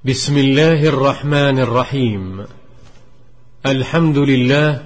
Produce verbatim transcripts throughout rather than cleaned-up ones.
بسم الله الرحمن الرحيم. الحمد لله.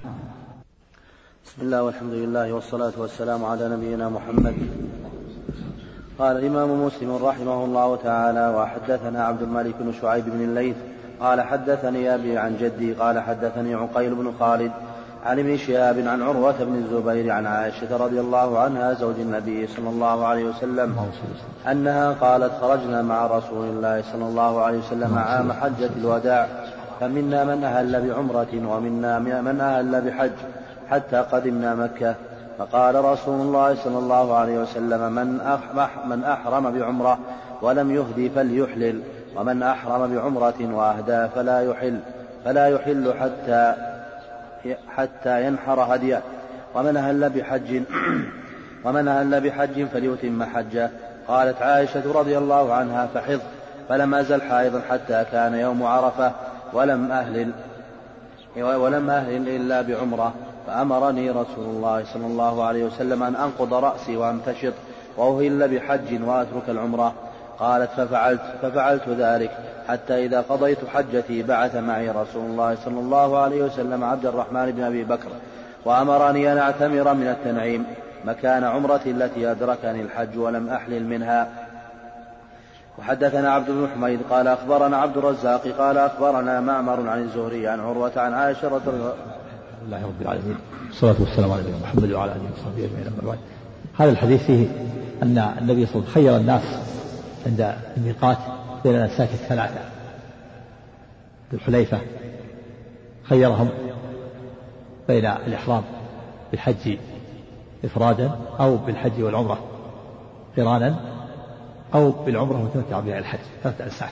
بسم الله والحمد لله والصلاة والسلام على نبينا محمد. قال الإمام مسلم رحمه الله تعالى: وحدثنا عبد الملك بن شعيب بن الليث قال حدثني أبي عن جدي قال حدثني عقيل بن خالد عن ابن شهاب عن عروة بن الزبير عن عائشة رضي الله عنها زوج النبي صلى الله عليه وسلم أنها قالت: خرجنا مع رسول الله صلى الله عليه وسلم عام حجة الوداع، فمنا من أهل بعمرة ومنا من أهل بحج حتى قدمنا مكة، فقال رسول الله صلى الله عليه وسلم: من أحرم بعمرة ولم يهدي فليحلل، ومن أحرم بعمرة وأهدى فلا يحل فلا يحل حتى حتى ينحر هديه، ومن أهل بحج ومن أهل بحج فليتم حجه. قالت عائشة رضي الله عنها: فحض، فلم أزل حائضا حتى كان يوم عرفة، ولم أهلل ولم أهلل إلا بعمرة، فأمرني رسول الله صلى الله عليه وسلم أن أنقض رأسي وأمتشط وأهل بحج وأترك العمرة. قالت: ففعلت, ففعلت ذلك حتى إذا قضيت حجتي بعث معي رسول الله صلى الله عليه وسلم عبد الرحمن بن أبي بكر، وأمرني أن أعتمر من التنعيم مكان عمرتي التي أدركني الحج ولم أحلل منها. وحدثنا عبد بن حميد قال أخبرنا عبد الرزاق قال أخبرنا معمر عن الزهري عن عروة عن عائشة رضي الله رب العالمين، الصلاة والسلام على نبينا محمد وعلى آله وصحبه أجمعين. هذا الحديث فيه أن النبي صلى الله عليه وسلم خير الناس عند الميقات بين الأنساك الثلاثة. ذو الحليفة خيرهم بين الإحرام بالحج إفرادا أو بالحج والعمرة قرانا أو بالعمرة متمتعا بها الحج، ثلاثة أنساك.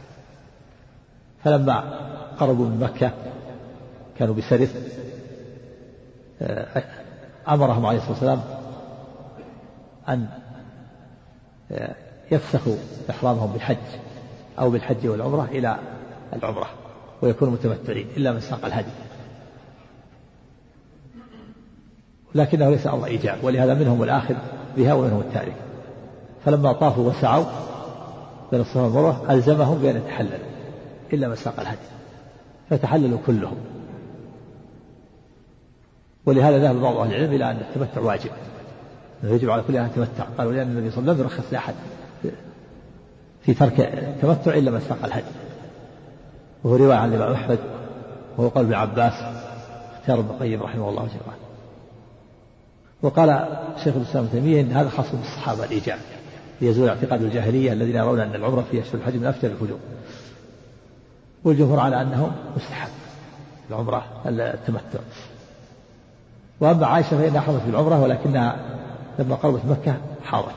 فلما قربوا من مكة كانوا بسرف، أمرهم عليه الصلاة والسلام أن يفسخوا إحرامهم بالحج أو بالحج والعمرة إلى العمرة ويكونوا متمتعين إلا من ساق الهدي، لكنه ليس أمر إيجاب، ولهذا منهم الآخذ بها ومنهم التارك. فلما طافوا وسعوا بين الصفا والمروة ألزمهم بأن يتحللوا إلا من ساق الهدي، فتحللوا كلهم. ولهذا ذهب بعض أهل العلم إلى أن التمتع واجب، يجب على كل أن يتمتع، قالوا لأن النبي صلى الله عليه وسلم لم يرخص لأحد في ترك التمتع إلا من ساق الهدي. وهو رواية عن الإمام أحمد وهو قول ابن عباس اختيار ابن القيم رحمه الله جل. وقال شيخ الإسلام ابن تيمية إن هذا خاص بالصحابة الإيجاب، ليزول اعتقاد الجاهلية الذين يرون أن العمرة في أشهر الحج من أفضل الفجور، والجمهور على أنه مستحب العمرة التمتع. وأما عائشة فإنها حرمت بالعمرة، ولكنها لما قربت مكة حاضت،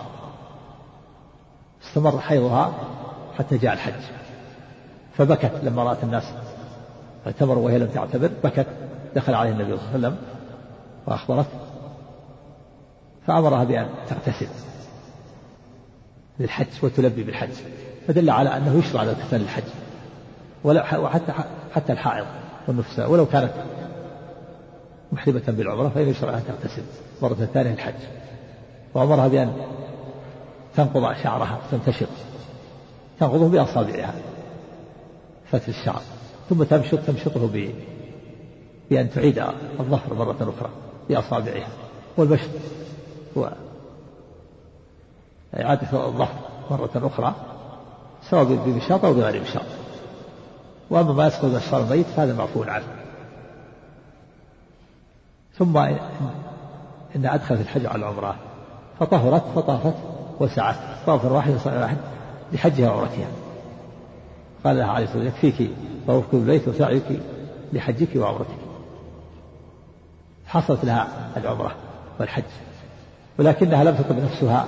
استمر حيضها حتى جاء الحج، فبكت لما رأت الناس اعتمروا وهي لم تعتبر، بكت. دخل عليه النبي صلى الله عليه وسلم وأخبرت، فأمرها بأن تغتسل للحج وتلبي بالحج، فدل على أنه يشرع على اغتسال الحج، وحتى حتى الحائض والنفساء ولو كانت محرمة بالعمرة فإن يشرع أن تغتسل مرة ثانية الحج. وأمرها بأن تنقض شعرها تنتشط، تنقضه بأصابعها فتل الشعر، ثم تمشط تمشطه بأن تعيد الظفر مرة أخرى بأصابعها. والمشط هو إعادة الظفر مرة أخرى سواء بمشاط أو بغير مشاط. وأما ما يسقط من الشعر الميت فهذا معفو عنه. ثم إن أدخلت الحج على العمرة فطهرت فطافت وسعت طواف واحد وسعي واحد لحجها وعمرتها. قال لها عليه الصلاة والسلام: يكفيك طوافك بالبيت وسعيك لحجك وعمرتك. حصلت لها العمرة والحج، ولكنها لم تطب نفسها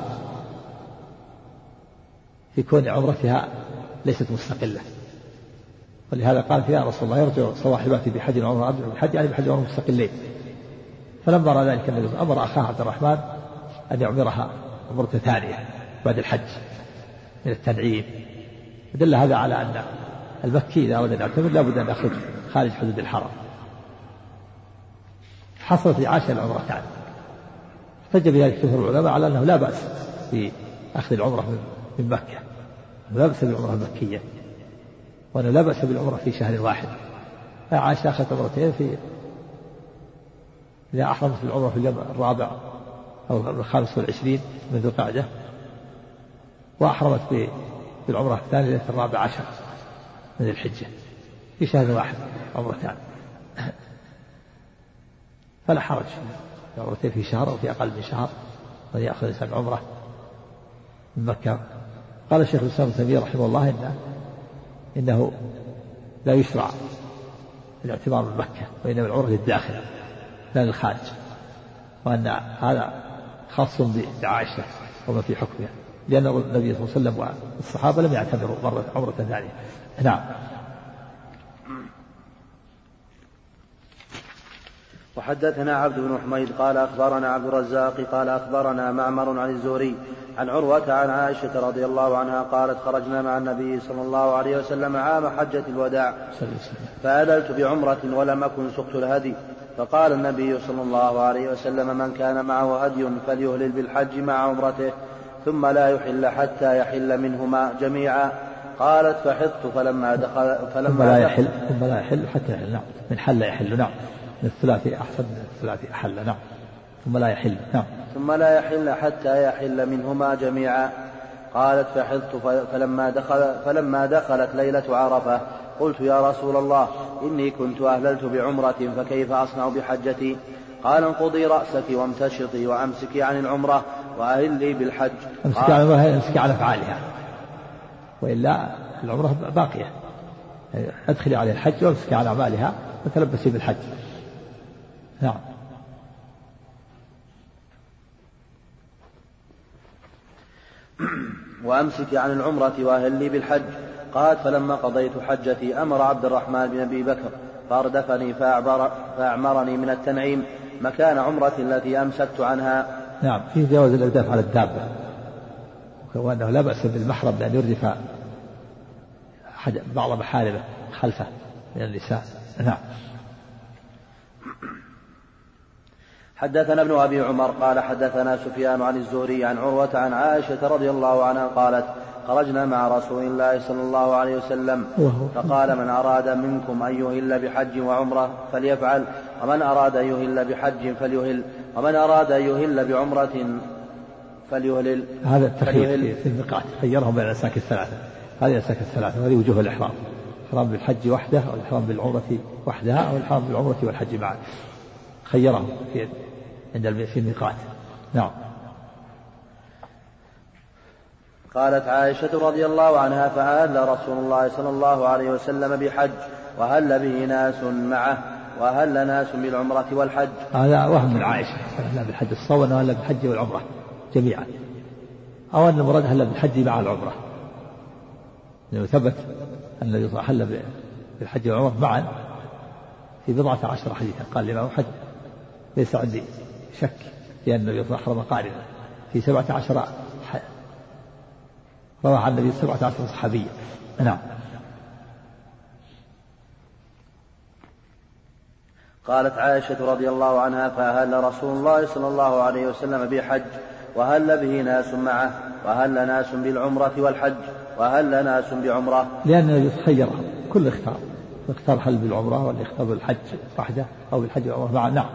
في كون عمرتها ليست مستقلة، ولهذا قال يا رسول الله: يرجع صواحباتي بحج وعمرة أبدأ بالحج يعني بحج وعمرة مستقلين. فلما رأى ذلك النبي أمر أخاه عبد الرحمن أن يعمرها عمرة ثانية بعد الحج من التنعيم. دل هذا على أن المكي إذا أراد أن يعتمر لا بد أن يخرج خارج حدود الحرم. حصلت لعائشة العمرتان، احتج بذلك كثير العلماء على أنه لا بأس بأخذ العمرة من مكة، لا بأس بالعمرة المكية، وأنه لا بأس بالعمرة في شهر واحد. عائشة أخذت عمرتين في إذا أحرمت بالعمرة في اليوم الرابع أو الخامس والعشرين من ذي القعدة، وأحرمت بالعمرة الثانية ليلة الرابع عشر من الحجة في شهر واحد عمرتان، فلا حرج عمرتين في شهر أو في أقل من شهر من يأخذ الإنسان عمرة من مكة. قال الشيخ الإسلام ابن تيمية رحمه الله إنه, إنه لا يشرع الاعتمار من مكة، وإنما العمرة للداخل لا للخارج، وأن هذا خاص بعائشة وما في حكمها، لأن النبي صلى الله عليه وسلم والصحابة لم يعتبروا مرة عمرة ثانية. نعم. وحدثنا عبد بن حميد قال أخبرنا عبد الرزاق قال أخبرنا معمر عن الزهري عن عروة عن عائشة رضي الله عنها قالت خرجنا مع النبي صلى الله عليه وسلم عام حجة الوداع فأدلت بعمرة ولم أكن سقت الهدي، فقال النبي صلى الله عليه وسلم من كان معه هدي فليهلل بالحج مع عمرته ثم لا يحل حتى يحل منهما جميعا. قالت فحطت فلما دخل فلما ثم لا يحل ثم لا يحل حتى يحل. نعم. من حل يحل. نعم. من الثلاثي أحسن من الثلاثي أحل. نعم. ثم لا يحل. نعم. ثم لا يحل حتى يحل منهما جميعا. قالت فحطت فلما دخل فلما دخلت ليلة عرفة قلت يا رسول الله إني كنت أهللت بعمرة فكيف أصنع بحجتي؟ قال انقضي رأسك وامتشطي وأمسكي عن العمرة وأهلي بالحج. امسكي عن العمرة امسكي على أفعالها، وإلا العمرة باقية. أدخلي على الحج وامسكي على أعمالها وتلبسي بالحج. نعم. وأمسك عن العمرة وأهلي بالحج. قالت فلما قضيت حجتي أمر عبد الرحمن بن أبي بكر فأردفني فأعبر فأعمرني من التنعيم مكان عمرة التي أمسكت عنها. نعم. في جواز الإرداف على الدابة، وأنه لا بأس بالمحرم بأن يردف بعض محارمه خلفه من النساء. نعم. حدثنا ابن أبي عمر قال حدثنا سفيان عن الزهري عن عروة عن عائشة رضي الله عنها قالت خرجنا مع رسول الله صلى الله عليه وسلم فقال من أراد منكم أن يهل بحج وعمرة فليفعل، ومن أراد أن يهل بحج فليهل، ومن أراد أن يهل بعمرة فليهلل. هذا التخيير في الميقات خيرهم بين الأنساك الثلاثة. هذه الأنساك الثلاثة وهذه وجوه الإحرام: الإحرام بالحج وحده، أو الإحرام بالعمرة وحدها، أو الإحرام بالعمرة والحج معا. خيرهم في عند في الميقات. نعم. قالت عائشة رضي الله عنها فأهل رسول الله صلى الله عليه وسلم بحج وهل به ناس معه وهل ناس بالعمرة والحج. هذا وهم من عائشة هل بالحج الصوم وهل بالحج والعمرة جميعا، أو أن المراد هل بالحج مع العمرة، لأنه ثبت أن النبي صلى الله عليه وسلم بالحج والعمرة معا في بضعة عشر حديثا. قال الإمام حج ليس عندي شك لأن النبي صلى الله عليه وسلم قارنا في سبعة عشر روى عن النبي سبعة عشر صحابيا. نعم. قالت عائشة رضي الله عنها فأهل رسول الله صلى الله عليه وسلم بحج وهل به ناس معه وهل ناس بالعمرة والحج وهل ناس بعمرة، لأن النبي خيرهم كل اختار، اختار هل بالعمرة واللي اختار بالحج وحده أو بالحج والعمرة معا. نعم.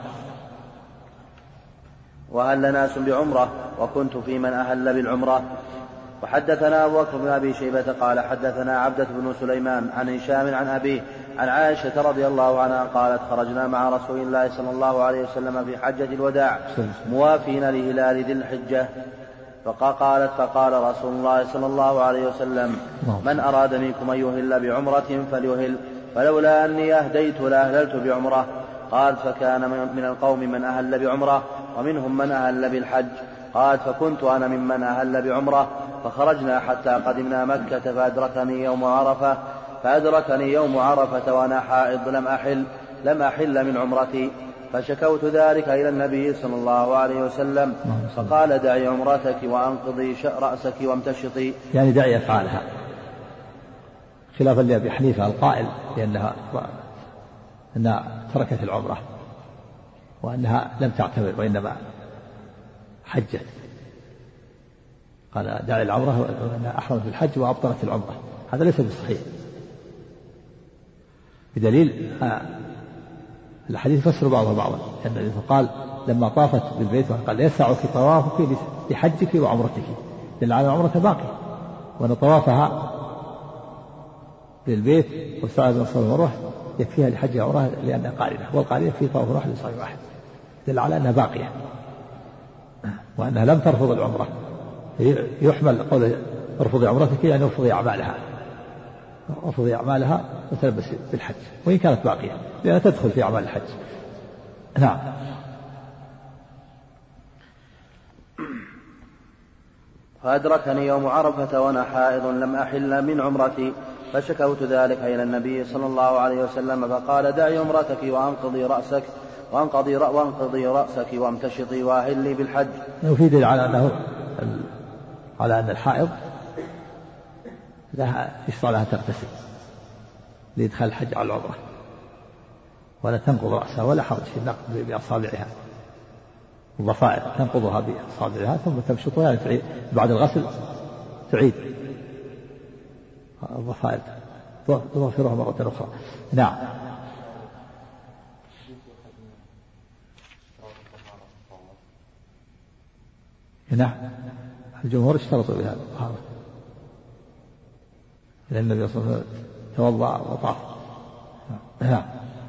وهل ناس بعمرة وكنت في من أهل بالعمرة. وحدثنا أبو بكر بن أبي شيبة قال حدثنا عبدة بن سليمان عن هشام عن أبيه عن عائشة رضي الله عنها قالت خرجنا مع رسول الله صلى الله عليه وسلم في حجة الوداع موافين لهلال ذي الحجة فقالت فقال رسول الله صلى الله عليه وسلم من أراد منكم أن يهل بعمرة فليهل، فلولا أني أهديت لأهللت بعمرة. قالت فكان من القوم من أهل بعمرة ومنهم من أهل بالحج. قالت فكنت أنا ممن أهل بعمرة فخرجنا حتى قدمنا مكة فأدركني يوم عرفة فأدركني يوم عرفة وأنا حائض لم أحل لم أحل من عمرتي، فشكوت ذلك إلى النبي صلى الله عليه وسلم فقال دعي عمرتك وأنقضي رأسك وامتشطي، يعني دعي أفعالها، خلافا لأبي حنيفة القائل لأنها أنها تركت العمرة وأنها لم تعتمر وإنما حجت. قال دعي العمرة وأنها أحرمت بالحج وأبطلت العمرة، هذا ليس بالصحيح، بدليل الحديث فسر بعضها بعضا، لأن قال لما طافت بالبيت قال يسعك طوافك لحجك وعمرتك، دل على عمرة باقي، وأن طوافها بالبيت والسعي بين الصفا والمروة يكفيها لحج وعمرة لأنها قارنة، والقارنة في طواف واحد لصعي واحد، دل على أنها باقية وأنها لم ترفض العمرة. يحمل قول ارفضي عمرتك يعني ارفضي أعمالها، ارفضي أعمالها وتلبس بالحج وإن كانت باقية لأنها تدخل في أعمال الحج. نعم. فأدركني يوم عرفة وأنا حائض لم أحل من عمرتي، فشكوت ذلك إلى النبي صلى الله عليه وسلم فقال دعي عمرتك وأنقضي رأسك وأنقضي وأنقضي رأسك وامتشطي وأهلي بالحج. يفيد على أنه على أن الحائض لها يشرع لها تغتسل لإدخال الحج على العمرة، ولا تنقض رأسها ولا حرج في النقض بأصابعها الضفائر، تنقضها بأصابعها ثم تمشطها يعني تعيد بعد الغسل تعيد الضفائر تظفرها مرة أخرى. نعم. نعم الجمهور اشترطوا بهذا، لأن النبي صلى الله عليه وسلم توضأ وطاف. نعم.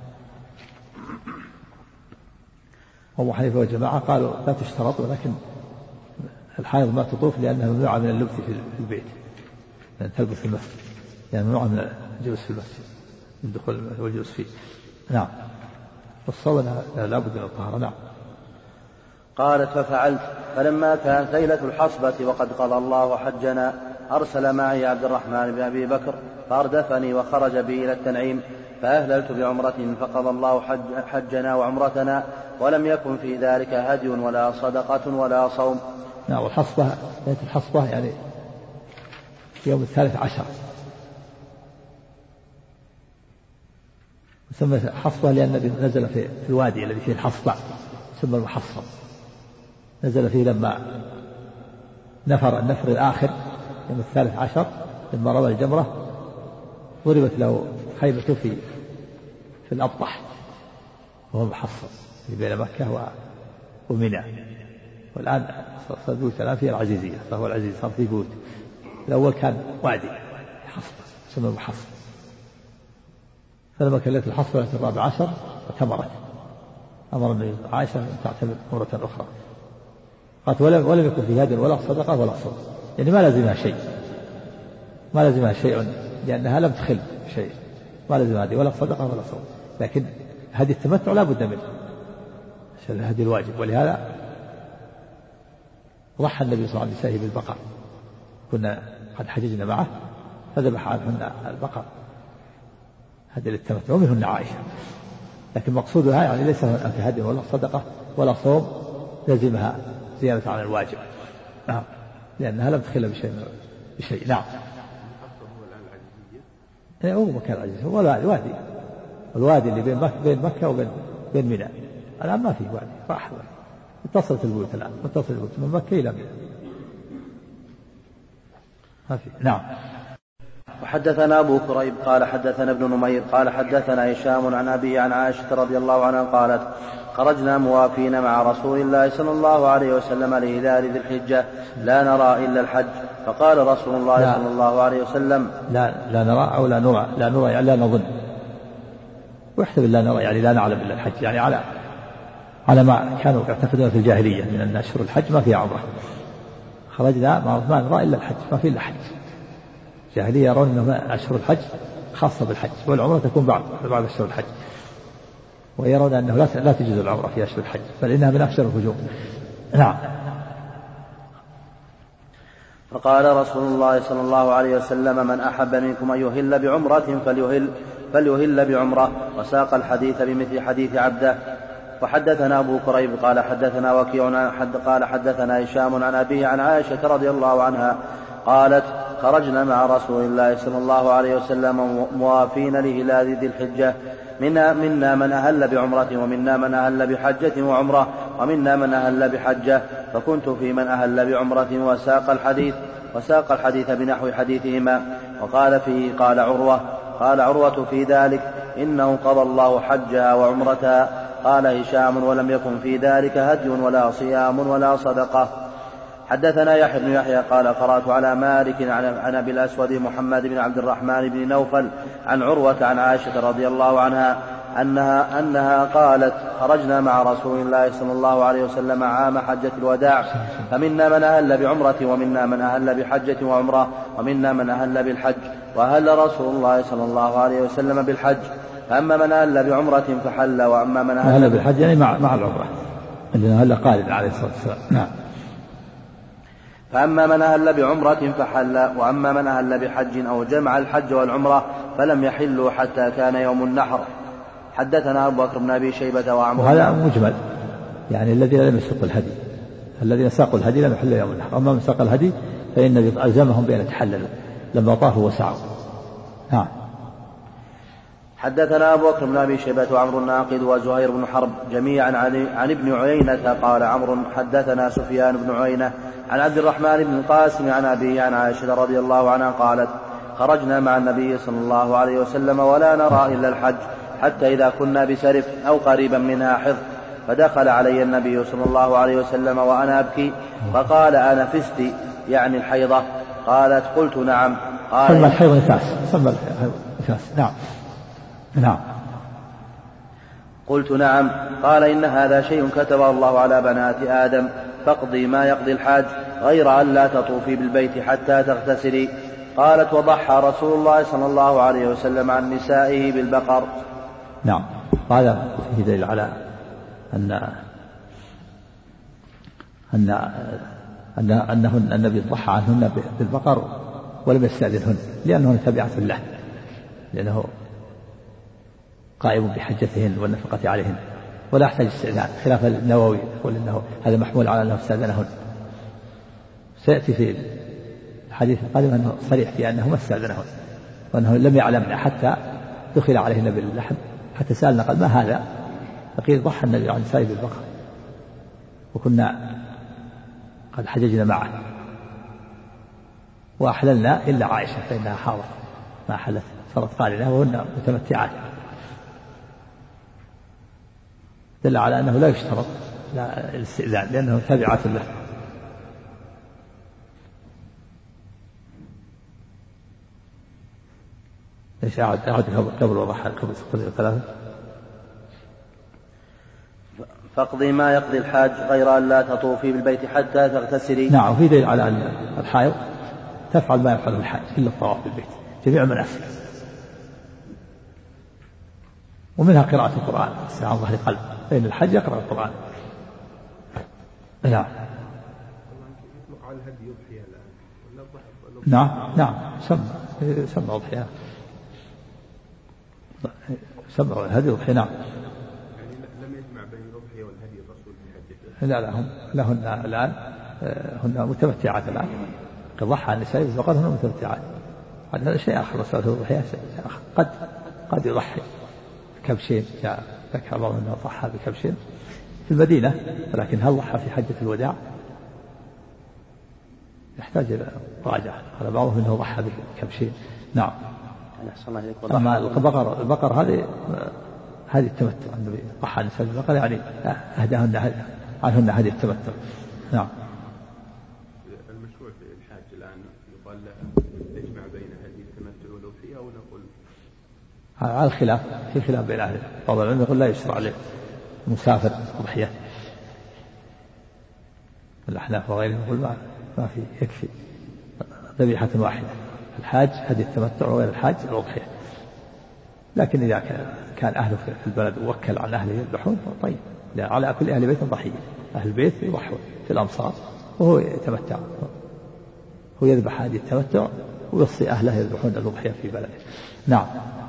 أبو حنيفة والجماعة قالوا لا تشترط، ولكن الحائض ما تطوف لأنها ممنوعة من اللبس في البيت، لأن تلبس في المسجد، يعني ممنوعة من الجلوس في المسجد، من دخول والجلوس فيه. نعم. والصوم لا بد من الطهارة. نعم. قالت ففعلت، فلما كانت ليلة الحصبة وقد قضى الله حجنا أرسل معي عبد الرحمن بن أبي بكر فأردفني وخرج بي إلى التنعيم، فأهللت بعمرة فقضى الله حج حجنا وعمرتنا، ولم يكن في ذلك هدي ولا صدقة ولا صوم. نعم. والحصبة ليلة الحصبة يعني يوم الثالث عشر، سمى حصبة لأن النبي نزل في الوادي الذي فيه الحصبة سمى المحصب، نزل فيه لما نفر النفر الآخر يوم الثالث عشر لما رمى الجمرة ضربت له خيمة في في الأبطح وهو محصب بين مكة ومنى، والآن صار بيوت الآن فيها العزيزية، فهو العزيز صار في بيوت. الأول كان وادي حصبة سمى المحصب، فلما كلت الحصبة الرابع عشر وتمرت أمر النبي عائشة أن تعتمر مرة أخرى. قالت ولم, ولم يكن في هدي ولا صدقة ولا صوم، يعني ما لازمها شيء، ما لازمها شيء لأنها لم تخل شيء، ما لازمها هدي ولا صدقة ولا صوم، لكن هدي التمتع لا بد منه عشان هدي الواجب. ولهذا ضحى النبي صلى الله عليه وسلم بالبقر، كنا قد حججنا معه فذبح عنهن البقر هدي للتمتع ومنهن عائشة، لكن مقصودها يعني ليس في هدي ولا صدقة ولا صوم لازمها زيادة عن الواجب. نعم. لأنها لم تخل بشيء بشيء. نعم. هو مكان العزيز هو الوادي، الوادي اللي بين مكة بين مكة وبين بين منى، الآن ما في وادي، راح اتصلت البيوت الآن، اتصلت البيوت من مكة إلى منى ما في. نعم. وحدثنا أبو كريب قال حدثنا ابن نمير قال حدثنا هشام عن أبي عن عائشة رضي الله عنها قالت خرجنا موافين مع رسول الله صلى الله عليه وسلم لهلال ذي الحجة لا نرى إلا الحج، فقال رسول الله لا صلى الله عليه وسلم لا لا نرى أو لا نرى لا نرى يعني لا نظن، ويحتمل لا نرى يعني لا نعلم إلا الحج، يعني على على ما كانوا يعتقدون في الجاهلية من أن أشهر الحج ما فيها عمرة. خرجنا ما نرى إلا الحج، ما في إلا حج. الجاهلية يرون أن أشهر الحج خاصة بالحج، والعمرة تكون بعد بعد أشهر الحج، ويرون أنه لا لا تجوز العمرة في أشهر الحج بل إنها من أشهر الهجوم. نعم. فقال رسول الله صلى الله عليه وسلم من أحب منكم أن يهل بعمرة فليهل فليهل بعمرة، وساق الحديث بمثل حديث عبده. وحدثنا أبو كريب قال حدثنا وكيع حد قال حدثنا هشام عن أبيه عن عائشة رضي الله عنها قالت خرجنا مع رسول الله صلى الله عليه وسلم موافين لهلال ذي الحجة، منا, منا من أهل بعمرة ومنا من أهل بحجة وعمرة ومنا من أهل بحجة، فكنت في من أهل بعمرة. وساق الحديث وساق الحديث بنحو حديثهما. وقال فيه قال عروة قال عروة في ذلك إنه قضى الله حجها وعمرتها. قال هشام: ولم يكن في ذلك هدي ولا صيام ولا صدقة. حدثنا يحيى بن يحيى قال: قرأت على مالك عن أبي الأسود محمد بن عبد الرحمن بن نوفل عن عروة عن عائشة رضي الله عنها أنها, أنها قالت: خرجنا مع رسول الله صلى الله عليه وسلم عام حجة الوداع، فمنا من أهل بعمرة ومنا من أهل بحجة وعمرة ومنا من أهل بالحج، وأهل رسول الله صلى الله عليه وسلم بالحج، فأما من أهل بعمرة فحل، وأما من أهل, أهل بالحج يعني مع, مع العمرة الذين أهل قارن عليه الصلاة والسلام. نعم. فأما من أهل بعمرة فحل، وأما من أهل بحج أو جمع الحج والعمرة فلم يحلوا حتى كان يوم النحر. حدثنا أبو بكر بن أبي شيبة وعمر. وهذا مجمل، يعني الذين لم يسوقوا الهدي، الذين ساقوا الهدي لم يحلوا يوم النحر، أما من ساق الهدي فإن ألزمهم بأن يتحللوا لما طافوا وسعوا. نعم. حدثنا أبو بكر بن أبي شيبة وعمر الناقد وزهير بن حرب جميعا عن ابن عيينة قال عمرو: حدثنا سفيان بن عيينة عن عبد الرحمن بن القاسم عن أبيه عن عائشة رضي الله عنها قالت: خرجنا مع النبي صلى الله عليه وسلم ولا نرى إلا الحج، حتى إذا كنا بسرف أو قريبا منها حظ، فدخل علي النبي صلى الله عليه وسلم وأنا أبكي، فقال: أنا فستي، يعني الحيضة. قالت: قلت: نعم. قال: سمى الحيض نفاس، سمى الحيض نفاس. نعم. نعم. قلت: نعم. قال: إن هذا شيء كتبه الله على بنات آدم، فاقضي ما يقضي الحاج، غير أن لا تطوفي بالبيت حتى تغتسلي. قالت: وضحى رسول الله صلى الله عليه وسلم عن نسائه بالبقر. نعم. هذا فيه دليل على أن أن أن أنهن النبي ضحى عنهن بالبقر ولم يستأذنهن، لأنهن تابعات له، لأنه قائم بحجتهن والنفقة عليهن ولا يحتاج استئذان، خلاف النووي يقول إنه هذا محمول على أنه استأذنهن. سيأتي في الحديث القادم أنه صريح في أنه ما استأذنهن، وأنه لم يعلمنا حتى دخل عليهن باللحم، حتى سألنا قال: ما هذا؟ فقيل: ضحى النبي عن نسائه بالبقر، وكنا قد حججنا معه وأحللنا إلا عائشة فإنها حاضر ما أحلت، صارت قارنة وهن متمتعات. دل على أنه لا يشترط الاستئذان لأنه تابعات له. ليش أعد أعد قبل وضح قبل ثلاثة. فاقضي ما يقضي الحاج، غير أن لا تطوفي بالبيت حتى تغتسلي. نعم. وفي دليل على أن الحائض تفعل ما يفعله الحاج إلا الطواف بالبيت، جميع المناسك، ومنها قراءة القرآن عن ظهر قلب، فإن الحج يقرأ القرآن. نعم. نعم. نعم. سمى سمى أضحية، سمى الهدي أضحية. نعم. لم يجمع بين الأضحية والهدي الرسول في حجته. لا لا هم لهن الآن هن متمتعات الآن، قد ضحى النساء بالبقر هن متمتعات. هذا شيء آخر، مسألة الأضحية شيء آخر. قد قد يضحي بكبشين، جاء ذكر بعض أنه ضحى بكبشين في المدينة، ولكن هل ضحى في حجة الوداع؟ يحتاج إلى مراجعة. قال بعضهم أنه ضحى بكبشين. نعم. أما البقر البقر هذه هذه التمتع، النبي ضحى النساء بالبقر يعني أهداهن عنهن هذه التمتع. نعم. المشروع في الحاج الآن يقال تجمع بين هذه التمتع والأضحية، أو نقول على الخلاف، في خلاف بين أهل بعض العلماء يقول لا يشرع للمسافر أضحية، الأحناف وغيرهم يقول ما ما في، يكفي ذبيحة واحدة، الحاج هدي التمتع وغير الحاج الأضحية. لكن إذا كان أهله في البلد ووكل عن أهله يذبحون طيب، على كل أهل بيت ضحية، أهل البيت يضحون في الأمصار وهو يتمتع، هو يذبح هذه التمتع ويوصي أهله يذبحون الأضحية في بلده. نعم.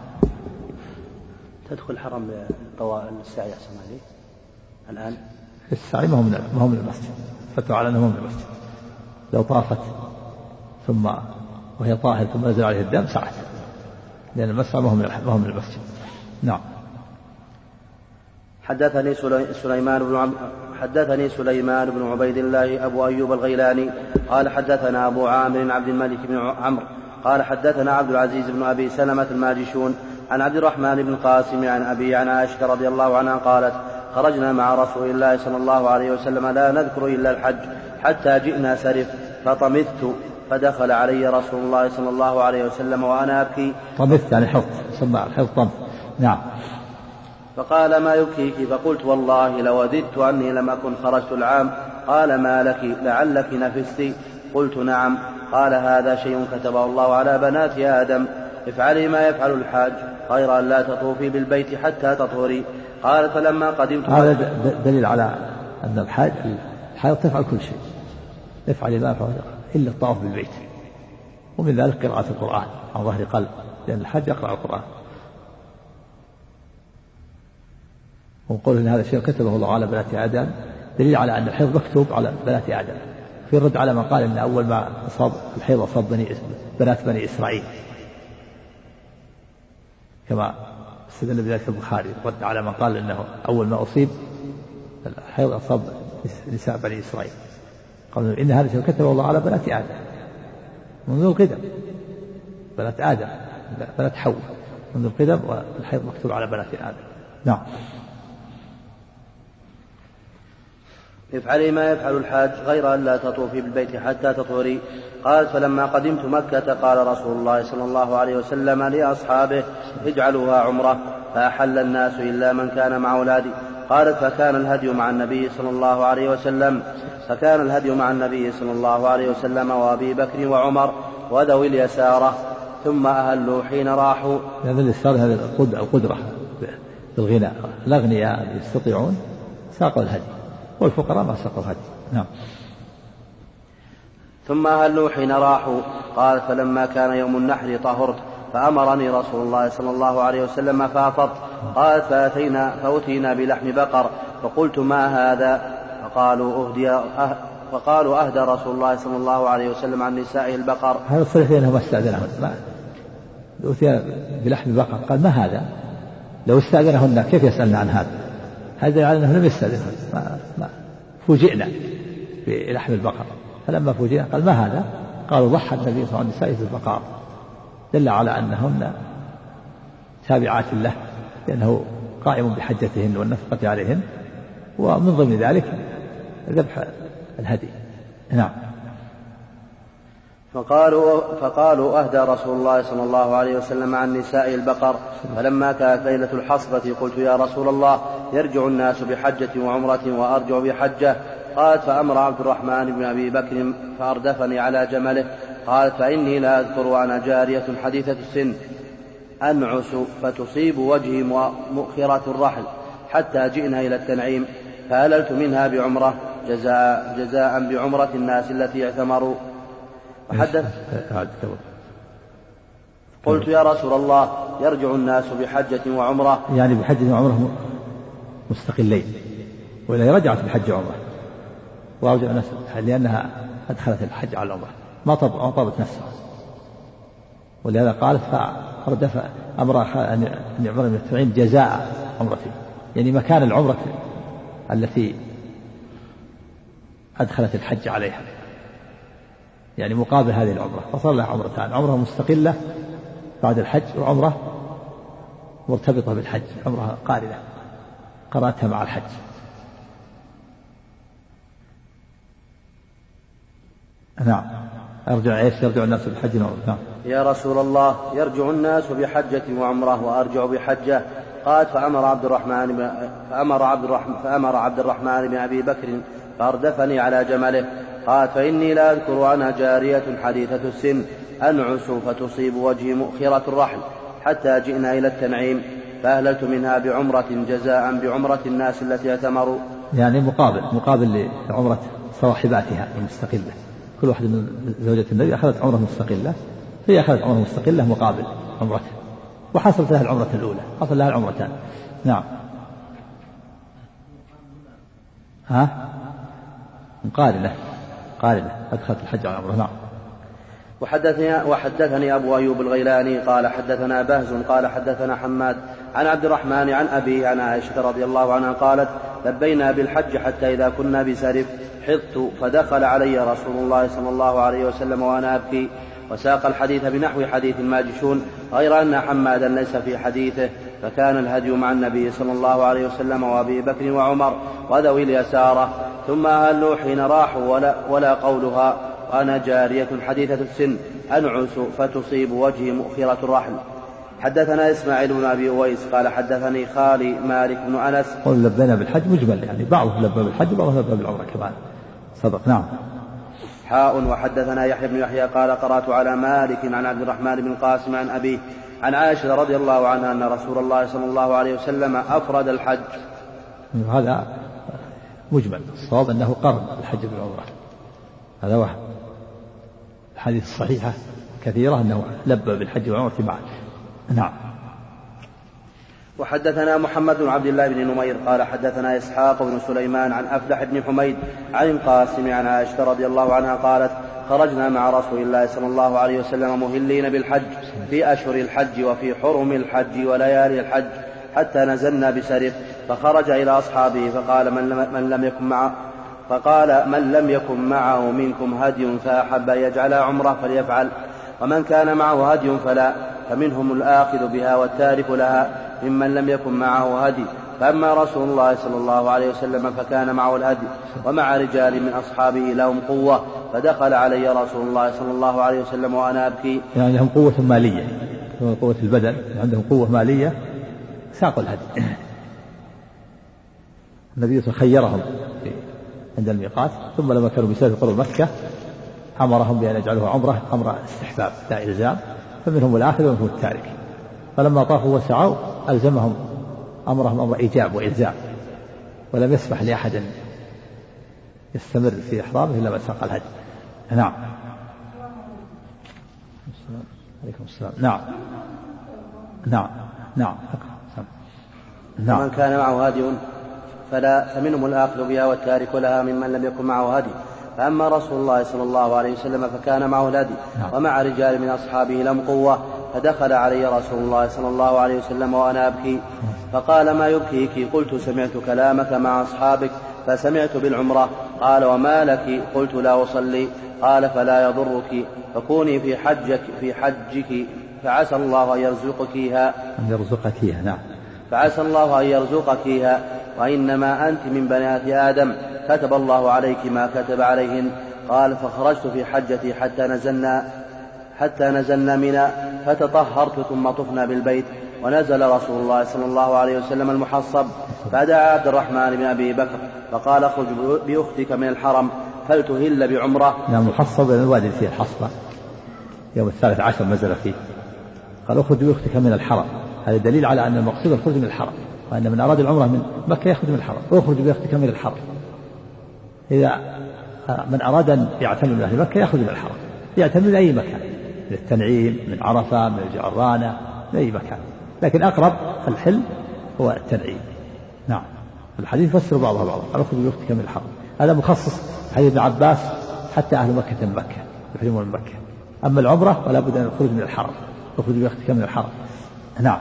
تدخل حرم السعي أحسن عليه الآن؟ السعي ما هو من ما هو من المسجد، فتوى على أنه من المسجد. لو طافت ثم وهي طاهر ثم نزل عليه الدم سعت، لأن المسعى ما هو من المسجد. نعم. حدثني سليمان بن عم... حدثني سليمان بن عبيد الله أبو أيوب الغيلاني قال حدثنا أبو عامر عبد الملك بن عمرو قال حدثنا عبد العزيز بن أبي سلمة الماجشون عن عبد الرحمن بن القاسم عن أبي عن عائشة رضي الله عنها قالت خرجنا مع رسول الله صلى الله عليه وسلم لا نذكر إلا الحج حتى جئنا سرف فطمثت فدخل علي رسول الله صلى الله عليه وسلم وأنا أبكي. طمثت يعني حط سمع الحط طمث. نعم. فقال ما يبكيك؟ فقلت والله لوددت أني لم أكن خرجت العام. قال ما لك لعلك نفستي؟ قلت نعم. قال هذا شيء كتبه الله على بنات آدم افعلي ما يفعل الحاج غير أن لا تطوفي بالبيت حتى تطهري. قال فلما قدمت هذا دليل على أن الحاج الحاج تفعل كل شيء افعلي ما يفعل إلا الطواف بالبيت ومن ذلك قراءة القرآن عن ظهر قلب لأن الحاج يقرأ القرآن. ونقول إن هذا الشيء كتبه الله على بنات آدم دليل على أن الحيض مكتوب على بنات آدم في الرد على من قال إن أول ما أصاب الحيض أصاب بني بنات بني إسرائيل كما استدل بذلك البخاري. رد على من قال إنه أول ما أصيب الحيض أصاب نساء بني إسرائيل قالوا إن هذا الشيء كتبه الله على بنات آدم منذ القدم بنات آدم بنات حواء منذ القدم والحيض مكتوب على بنات آدم. نعم. افعلي ما يفعل الحاج غير أن لا تطوفي بالبيت حتى تطهري. قال فلما قدمت مكة قال رسول الله صلى الله عليه وسلم لأصحابه اجعلوها عمرة فأحل الناس إلا من كان مع أولادي. قالت فكان الهدي مع النبي صلى الله عليه وسلم فكان الهدي مع النبي صلى الله عليه وسلم وأبي بكر وعمر وذوي اليسارة ثم أهلوا حين راحوا. هذا اليسار هذا القدرة بالغناء الأغنياء يستطيعون ساقوا الهدي والفقراء ما ساقوا الهدي. نعم. ثم أهلوا حين راحوا. قال فلما كان يوم النحر طهرت فأمرني رسول الله صلى الله عليه وسلم فأفضت. قالت فأتينا فأتينا بلحم بقر فقلت ما هذا؟ فقالوا أهدي أه فقالوا أهدى رسول الله صلى الله عليه وسلم عن نسائه البقر. هذا صريح لأنه ما استأذنهن ما أتي بلحم بقر قال ما هذا؟ لو استأذنهن كيف يسألن عن هذا؟ هذا يعني أنه لم يستأذنهن ما ما فوجئنا بلحم البقر. فلما فوجئنا قال ما هذا؟ قالوا ضحى النبي صلى الله عليه وسلم عن نسائه البقر دل على أنهن تابعات له لأنه قائم بحجتهن والنفقة عليهن ومن ضمن ذلك ذبح الهدي. نعم. فقالوا, فقالوا أهدى رسول الله صلى الله عليه وسلم عن نساء البقر. فلما كانت ليلة الحصبة قلت يا رسول الله يرجع الناس بحجة وعمرة وأرجع بحجة. قالت فأمر عبد الرحمن بن أبي بكر فأردفني على جمله. قالت فإني لا أذكر وأنا جارية حديثة السن أنعس فتصيب وجهي مؤخرة الرحل حتى جئنا إلى التنعيم فهللت منها بعمرة جزاء, جزاء بعمرة الناس التي اعتمروا. وحدث قلت يا رسول الله يرجع الناس بحجة وعمرة يعني بحجة وعمرة مستقلين وإلا رجعت بحج وعمرة ورجع الناس لأنها أدخلت الحج على العمرة ما طابت نفسها ولهذا قالت فأردف أمرها أن يعمر من التنعيم جزاء عمرته يعني مكان العمرة التي أدخلت الحج عليها يعني مقابل هذه العمرة فصار لها عمرتان عمرة مستقلة بعد الحج وعمرة مرتبطة بالحج عمرة قارنة قرأتها مع الحج. نعم. أرجع إيش يرجع الناس بحج وعمرة. نعم. يا رسول الله يرجع الناس بحجة وعمرة وأرجع بحجة. قالت فأمر عبد الرحمن ب... فأمر عبد الرحمن فأمر عبد الرحمن بن أبي بكر فأردفني على جمله. قالت فإني لا أذكر أنا جارية حديثة السن أنعس فتصيب وجهي مؤخرة الرحل حتى جئنا إلى التنعيم فأهللت منها بعمرة جزاء بعمرة الناس التي اعتمروا يعني مقابل مقابل لعمرة صاحباتها المستقلة كل واحد من زوجة النبي أخذت عمرة مستقلة هي أخذت عمرة مستقلة مقابل عمرتها وحصلت لها العمرة الأولى حصل لها العمرتان. نعم. ها مقارنة قارنة أدخلت الحج على العمرة. نعم. وحدثني, وحدثني أبو أيوب الغيلاني قال حدثنا بهز قال حدثنا حماد عن عبد الرحمن عن أبي عن عائشة رضي الله عنها قالت لبينا بالحج حتى إذا كنا بسرف حضت فدخل علي رسول الله صلى الله عليه وسلم وأنا أبكي وساق الحديث بنحو حديث الماجشون غير أن حمادا ليس في حديثه. فكان الهدي مع النبي صلى الله عليه وسلم وأبي بكر وعمر وذوي اليسارة، ثم أهلوا حين راحوا، ولا, ولا قولها وأنا جارية حديثة السن أنعس فتصيب وجهي مؤخرة الرحل. حدثنا إسماعيل بن أبي أويس قال حدثني خالي مالك بن أنس. قول لبينا بالحج مجمل، يعني بعضهم لبى بالحج وبعضهم لبى بالعمرة كمان سبق. نعم. حاء. وحدثنا يحيى بن يحيى قال قرأت على مالك عن عبد الرحمن بن القاسم عن أبيه عن عائشة رضي الله عنها أن رسول الله صلى الله عليه وسلم أفرد الحج. هذا مجمل، الصواب أنه قرن الحج بالعمرة، هذا واحد. الحديث الصحيحة كثيرة أنه لبى بالحج والعمرة معا. نعم. وحدثنا محمد بن عبد الله بن نمير قال حدثنا إسحاق بن سليمان عن أفلح بن حميد عن القاسم عن عائشة رضي الله عنها قالت خرجنا مع رسول الله صلى الله عليه وسلم مهلين بالحج في أشهر الحج وفي حرم الحج وليالي الحج حتى نزلنا بسرف، فخرج إلى أصحابه فقال من لم, من لم يكن معه فقال من لم يكن معه منكم هدي فأحب أن يجعل عمره فليفعل، ومن كان معه هدي فلا، فمنهم الآخذ بها والتارك لها ممن لم يكن معه هدي. فأما رسول الله صلى الله عليه وسلم فكان معه الهدي ومع رجال من أصحابه لهم قوة، فدخل علي رسول الله صلى الله عليه وسلم وأنا أبكي. يعني لهم قوة مالية، قوة البدن، عندهم قوة مالية، ساقوا الهدي. النبي خيرهم عند الميقات، ثم لما كانوا بسبب قرب مكة أمرهم بأن يجعلوه عمرة أمر استحباب لا إلزام، فمنهم الآخر ومنهم التارك. فلما طافوا وسعوا ألزمهم أمرهم أمر إيجاب وإلزام، ولم يسمح لأحد يستمر في إحرامه إلا من ساق الهدي. نعم. عليكم السلام. نعم نعم نعم نعم. ومن كان معه هدي فلا، فمنهم الآخذ بها والتارك لها ممن لم يكن معه هدي. فأما رسول الله صلى الله عليه وسلم فكان معه الهدي ومع رجال من أصحابه لم قوة، فدخل علي رسول الله صلى الله عليه وسلم وأنا أبكي، فقال ما يبكيك؟ قلت سمعت كلامك مع أصحابك فسمعت بالعمرة. قال وما لك؟ قلت لا أصلي. قال فلا يضرك، فكوني في حجك في حجك فعسى الله أن يرزقكيها. يرزقكيها. نعم. فعسى الله أن يرزقكيها، وإنما أنت من بنات آدم كتب الله عليك ما كتب عليهن. قال فخرجت في حجتي حتى نزلنا حتى نزلنا منى فتطهرت ثم طفنا بالبيت، ونزل رسول الله صلى الله عليه وسلم المحصب، فدعا عبد الرحمن بن أبي بكر فقال اخرج بأختك من الحرم فلتهل بعمرة. نعم. المحصب الوادي فيه الحصبة يوم الثالث عشر نزل فيه، قال اخرج بأختك من الحرم. هذا دليل على أن المقصود الخروج من الحرم، وأن من أراد العمرة من مكة يخرج من الحرم. اخرج بأختك من الحرم، إذا من أراد أن يعتمر من أهل مكة يخرج من الحرم، يعتمر من أي مكان، من التنعيم، من عرفة، من الجعرانة، من أي مكان، لكن أقرب الحل هو التنعيم. نعم. الحديث يفسر بعضها بعضا. قال اخرج بأختك من الحرم، هذا مخصص حديث ابن عباس حتى أهل مكة من مكة يحرمون من مكة. أما العمرة ولا بد أن الخروج من الحرم، اخرج بأختك من الحرم. نعم.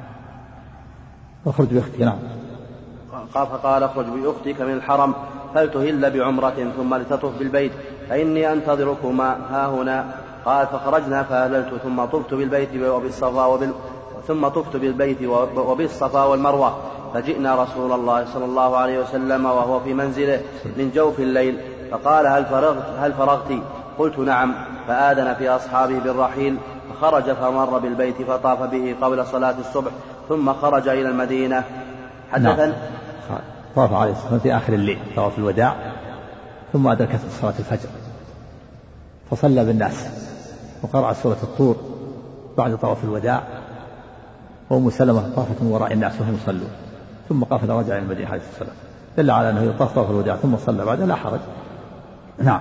اخرج بأختك. نعم. قال فقال اخرج بأختك من الحرم فلتهل بعمرة ثم لتطف بالبيت فإني أنتظركما ها هنا. قال فخرجنا فأهللت ثم طفت بالبيت وبالصفا وبال ثم طفت بالبيت وبالصفا والمروة، فجئنا رسول الله صلى الله عليه وسلم وهو في منزله من جوف الليل، فقال هل فرغت هل فرغت؟ قلت نعم. فآذن في أصحابه بالرحيل، فخرج فمر بالبيت فطاف به قبل صلاة الصبح ثم خرج إلى المدينة. حدثا نعم. طاف عليه الصلاة في آخر الليل طواف الوداع، ثم أدركت صلاة الفجر فصلى بالناس وقرأ سورة الطور بعد طواف الوداع، وأم سلمة طافت من وراء الناس وهم يصلون، ثم قفل رجع إلى المدينة عليه الصلاة والسلام، دل على أنه يطاف طواف الوداع ثم صلى بعد لا حرج. نعم.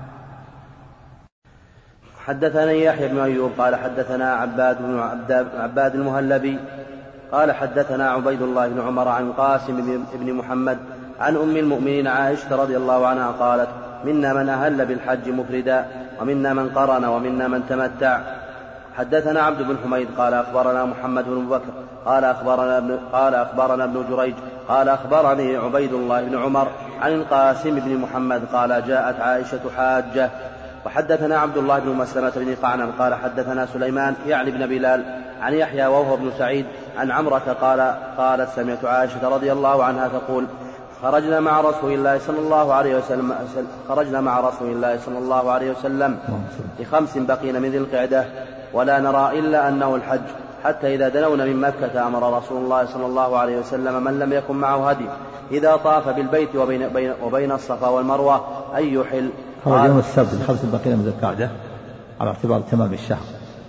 حدثني يحيى بن أيوب قال حدثنا عباد بن عباد المهلبي قال حدثنا عبيد الله بن عمر عن قاسم بن محمد عن أم المؤمنين عائشة رضي الله عنها قالت منا من أهل بالحج مفردا ومنا من قرن ومنا من تمتع. حدثنا عبد بن حميد قال أخبرنا محمد بن بكر قال أخبرنا ابن, قال أخبرنا ابن جريج قال أخبرني عبيد الله بن عمر عن القاسم بن محمد قال جاءت عائشة حاجة وحدثنا عبد الله بن مسلمة بن قعنب قال حدثنا سليمان يعني بن بلال عن يحيى وهو بن سعيد عن عمرة قال قالت سمعت عائشة رضي الله عنها تقول خرجنا مع رسول الله صلى الله عليه وسلم خرجنا مع رسول الله صلى الله عليه وسلم لخمس بقين من ذي القعدة ولا نرى إلا أنه الحج حتى إذا دنونا من مكة أمر رسول الله صلى الله عليه وسلم من لم يكن معه هدي إذا طاف بالبيت وبين, بين وبين الصفا والمروة أن يحل. خرج يوم السبت الخمس بقين من ذي القعدة على اعتبار تمام الشهر،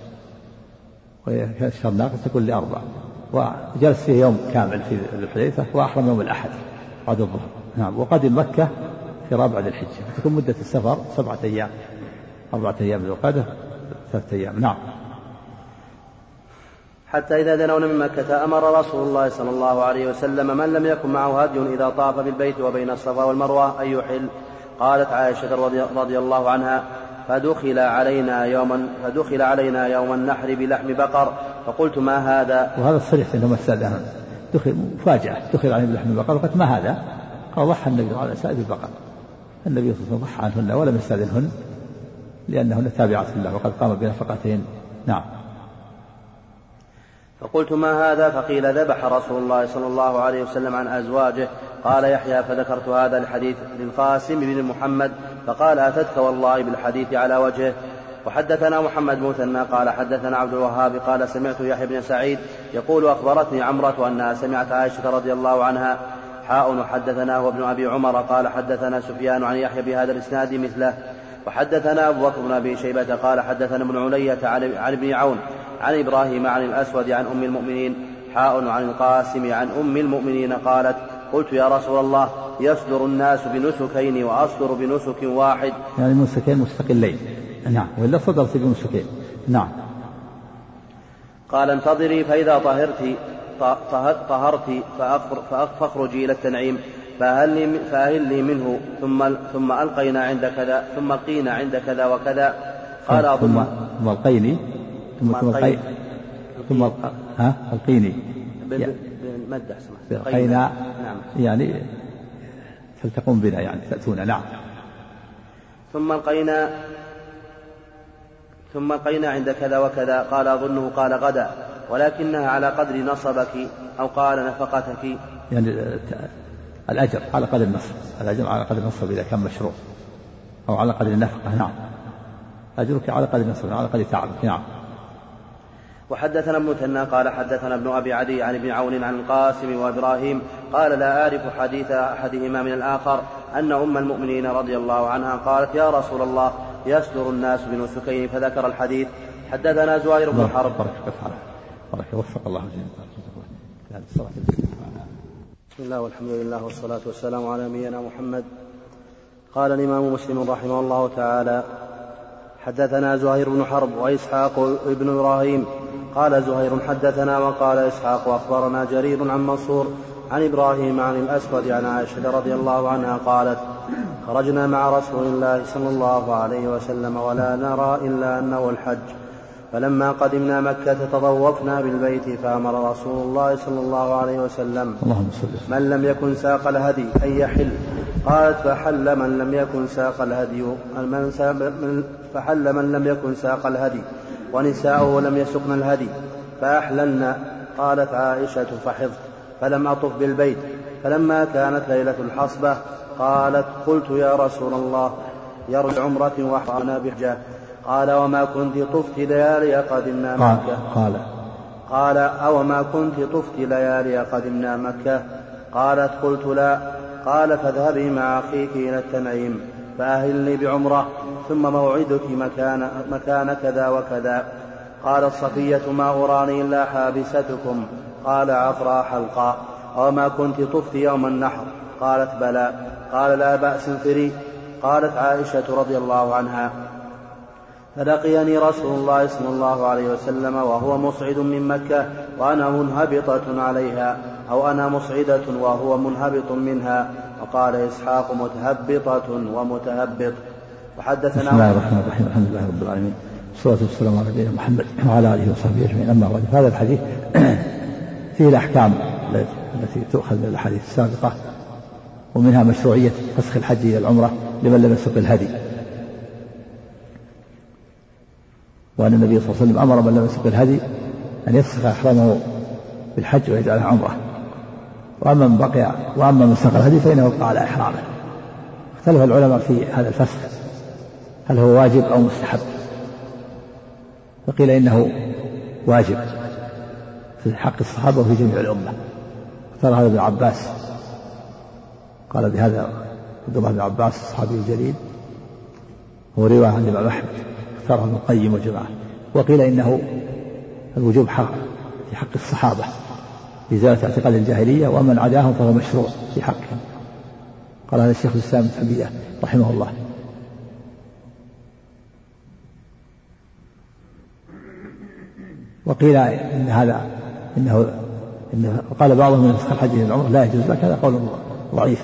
وهي الشهر ناقص تكون لأربع، وجلس فيه يوم كامل في الحليفة وأحرم يوم الأحد بعد الظهر. نعم. وقدم مكة في رابع ذي الحجة، تكون مدة السفر سبعة أيام، أربعة أيام ذي القعدة ثلاثة أيام. نعم. حتى إذا دنونا من مكة أمر رسول الله صلى الله عليه وسلم من لم يكن معه هدي إذا طاف بالبيت وبين الصفا والمروة أن يحل. قالت عائشة رضي, رضي الله عنها فدخل علينا يوما فدخل علينا يوم النحر بلحم بقر فقلت ما هذا. وهذا الصريح عندما استأذن دخل مفاجأة، دخل عليه بلحم بقر وقالت ما هذا؟ قال ضحى النبي على سائر البقر. النبي صلى الله عليه وسلم ضحى عنهن ولم يستأذنهن لأنهن تابعات له وقد قام بنفقتهن. نعم. فقلت ما هذا؟ فقيل ذبح رسول الله صلى الله عليه وسلم عن أزواجه. قال يحيى فذكرت هذا الحديث للقاسم بن محمد فقال أتتك والله بالحديث على وجهه. وحدثنا محمد مثنى قال حدثنا عبد الوهاب قال سمعت يحيى بن سعيد يقول أخبرتني عمرة أنها سمعت عائشة رضي الله عنها حاء حدثنا وابن أبي عمر قال حدثنا سفيان عن يحيى بهذا الإسناد مثله. وحدثنا أبو بكر بن أبي شيبة قال حدثنا ابن علية عن ابن عون عن إبراهيم عن الأسود عن أم المؤمنين حاء عن القاسم عن أم المؤمنين قالت قلت يا رسول الله يصدر الناس بنسكين وأصدر بنسك واحد، يعني نسكين مستقلين. نعم. وإلا صدرت بنسكين. نعم. قال انتظري فإذا طهرت طهرت فاخرجي إلى التنعيم فأهل لي منه ثم ثم ألقينا عند كذا ثم ألقينا عند كذا وكذا. قال ثم ثم ألقيني ثم ألقيني ثم ها ألقيني بالمد أحسن ألقينا. نعم. يعني تلتقون بنا يعني تأتون. نعم. ثم ألقينا ثم ألقينا عند كذا وكذا. قال أظنه قال غدا ولكنها على قدر نصبك أو قال نفقتك، يعني الأجر على قدر النصب، الأجر على قدر النصب إذا كان مشروع أو على قدر النفقة. نعم. أجرك على قدر النصب على قدر تعبك. نعم. وحدثنا ابن مثنى قال حدثنا ابن أبي عدي عن ابن عون عن القاسم وإبراهيم قال لا أعرف حديث أحدهما من الآخر أن أم المؤمنين رضي الله عنها قالت يا رسول الله يصدر الناس بنسكين فذكر الحديث. حدثنا زهير بن حرب. بارك وفق الله جميعا. بسم الله والحمد لله والصلاة والسلام على نبينا محمد. قال الإمام مسلم رحمه الله تعالى حدثنا زهير بن حرب وإسحاق بن إبراهيم قال زهير حدثنا وقال إسحاق أخبرنا جرير عن منصور عن إبراهيم عن الأسود عن عائشة رضي الله عنها قالت خرجنا مع رسول الله صلى الله عليه وسلم ولا نرى إلا أنه الحج فلما قدمنا مكة تطوفنا بالبيت فأمر رسول الله صلى الله عليه وسلم من لم يكن ساق الهدي أن يحل. قالت فحل من لم يكن ساق الهدي فحل من لم يكن ساق الهدي ونساؤه لم يسقن الهدي فأحللنا. قالت عائشة فحفظت فلم أطف بالبيت. فلما كانت ليلة الحصبة قالت قلت يا رسول الله يرجع عمرة وحرمنا بحجة. قال وما كنت طفت ليالي قدمنا مكة. قال قال أوما كنت طفت ليالي قدمنا مكة. قالت قلت لا. قال فاذهبي مع أخيك إلى التنعيم فأهلني بعمرة ثم موعدك مكان, مكان كذا وكذا. قالت صفية ما أراني إلا حابستكم. قال عفرا حلقا. وما كنت طفت يوم النحر. قالت بلى. قال لا بأس انفري. قالت عائشة رضي الله عنها فلقيني رسول الله صلى الله عليه وسلم وهو مصعد من مكة وأنا منهبطة عليها أو أنا مصعدة وهو منهبط منها. وقال إسحاق متهبطة ومتهبط. وحدثنا بسم الله الرحمن الرحيم الحمد لله رب العالمين والصلاة والسلام على نبينا محمد وعلى آله وصحبه أجمعين. أما بعد هذا الحديث فيه الأحكام التي تؤخذ من الأحاديث السابقة ومنها مشروعية فسخ الحج إلى العمرة لمن لم يسق الهدي وأن النبي صلى الله عليه وسلم أمر من لم يسق الهدي أن يفسخ إحرامه بالحج ويجعله عمرة. وأما من بقي وأما من سق الهدي فإنه يبقى على إحرامه. اختلف العلماء في هذا الفسخ هل هو واجب أو مستحب، فقيل إنه واجب في حق الصحابة وفي جميع الأمة. اختار هذا ابن عباس، قال بهذا عبد الله بن عباس الصحابي الجليل، هو رواية عن الإمام أحمد، اختاره ابن القيم وجماعة. وقيل إنه الوجوب حق في حق الصحابة لإزالة اعتقاد الجاهلية، ومن عداهم فهو مشروع في حقهم. قال هذا الشيخ الإسلام ابن تيمية رحمه الله. وقيل إن هذا إنه إنه قال بعضهم من فسخ الحج للعمرة لا يجوز لك، هذا قول ضعيف.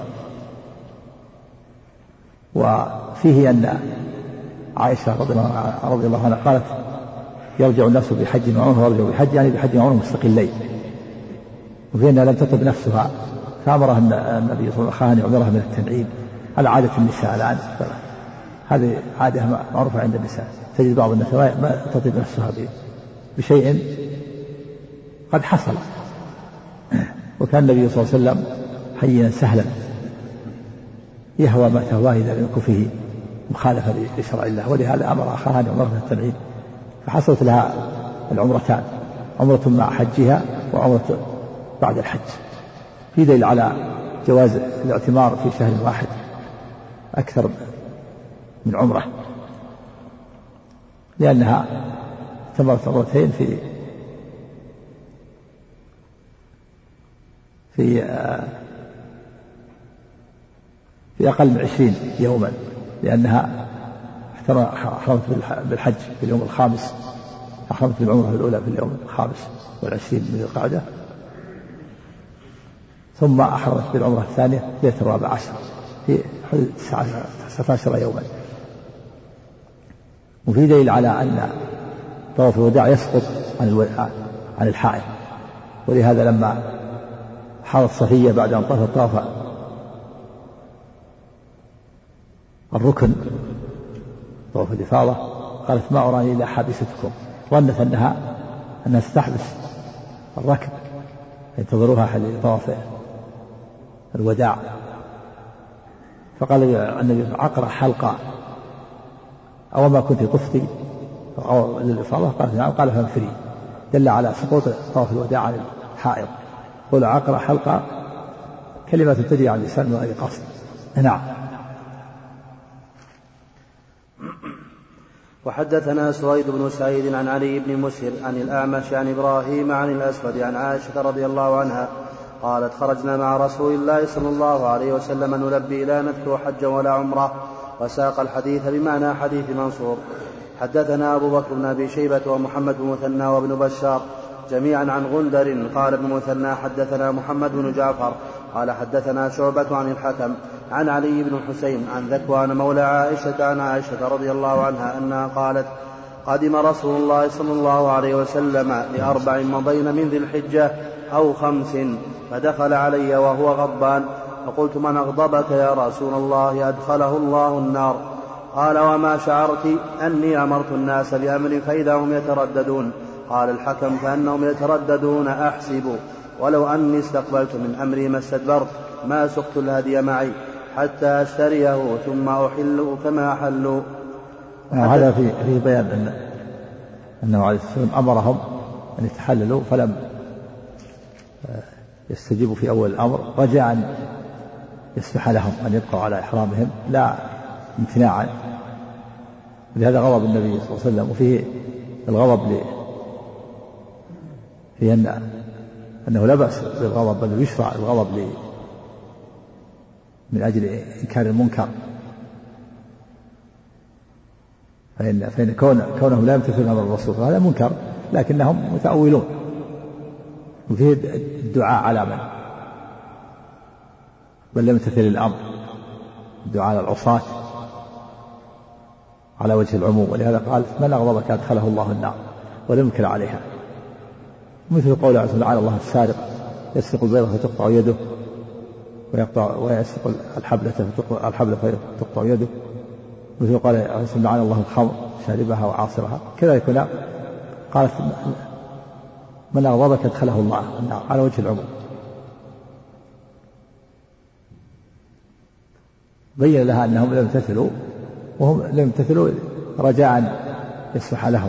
وفيه أن عائشة رضي الله عنها قالت يرجع الناس بحج وعمره ويرجع بحج، يعني بحج وعمره مستقلين. وفي أنها لم تطب نفسها فأمرها النبي صلى الله عليه وسلم أن يعذرها من التنعيم على عادة النساء الآن. هذه عادة معروفة عند النساء، تجد بعض النساء ما تطب نفسها بشيء قد حصل. وكان النبي صلى الله عليه وسلم حيا سهلا يهوى ما تهواه إذا لم يكن فيه مخالفة لشرع الله، ولهذا أمر أخاها أن يعمرها التنعيم، فحصلت لها العمرتان، عمرة مع حجها وعمرة بعد الحج. في دليل على جواز الاعتمار في شهر واحد أكثر من عمرة، لأنها اعتمرت عمرتين في في في أقل من عشرين يوما، لأنها أحرمت بالحج في اليوم الخامس، أحرمت بالعمرة الأولى في اليوم الخامس والعشرين من القعدة، ثم أحرمت بالعمرة الثانية في ليلة الرابع عشر في حدود تسعة عشر يوما. وفي دليل على أن طواف الوداع يسقط عن عن الحائض، ولهذا لما حاضت صفية بعد أن طافت طاف الركن طواف الإفاضة قالت ما أراني إلا حابستكم، ظنت أنها أنها ستحبس الركب ينتظروها حل طواف الوداع، فقال النبي عقرة حلقة أو ما كنت طفتي أو للإفاضة؟ قالت نعم. قال فانفري، دل على سقوط طواف الوداع عن الحائض. قل عقرة حلقة كلمة تجري عن اللسان من غير قصد. نعم. وحدثنا سويد بن سعيد عن علي بن مسهر عن الأعمش عن إبراهيم عن الأسود عن عائشة رضي الله عنها قالت خرجنا مع رسول الله صلى الله عليه وسلم نلبي لا نذكر حجا ولا عمرة، وساق الحديث بمعنى حديث منصور. حدثنا أبو بكر بن أبي شيبة ومحمد بن مثنى وابن بشار جميعا عن غندر. قال ابن مثنى حدثنا محمد بن جعفر قال حدثنا شعبة عن الحكم عن علي بن حسين عن ذكوان مولى عائشة عن عائشة رضي الله عنها أنها قالت قدم رسول الله صلى الله عليه وسلم لأربع مضين من ذي الحجة أو خمس، فدخل علي وهو غضبان، فقلت من أغضبك يا رسول الله؟ أدخله الله النار. قال وما شعرت أني أمرت الناس بأمر فإذا هم يترددون؟ قال الحكم كأنهم يترددون أحسب، ولو أني استقبلت من أمري ما استدبرت ما سقت الهدي معي حتى أشتريه ثم أحل كما أحلوا. هذا في في بيان أن أنه عليه السلام أمرهم أن يتحللوا فلم يستجيبوا في أول الأمر، رجاء أن يسمح لهم أن يبقوا على إحرامهم لا امتناعا. لهذا غضب النبي صلى الله عليه وسلم. وفيه الغضب ل... في أن أنه لا بأس بالغضب، بل يشرع الغضب ل... من أجل إنكار المنكر، فإن, فإن كون... كونهم لا يمتثلون أمر الرسول هذا منكر، لكنهم متأولون. وفيه الدعاء على من بل لم يمتثل الأمر، الدعاء على العصاة على وجه العموم. ولهذا قال من أغضبك أدخله الله النار ولم ينكر عليها، مثل قول عز وجل على الله السارق يسرق البيضة فتقطع يده ويقطع ويسرق الحبلة فتقطع الحبلة فتقطع يده مثل قال عليه الصلاة لعن الله الخمر شاربها وعاصرها، كذلك هنا قالت من أغضبك ادخله الله على وجه العموم. بين لها أنهم لم يمتثلوا، وهم لم يمتثلوا رجاء يصلح لهم،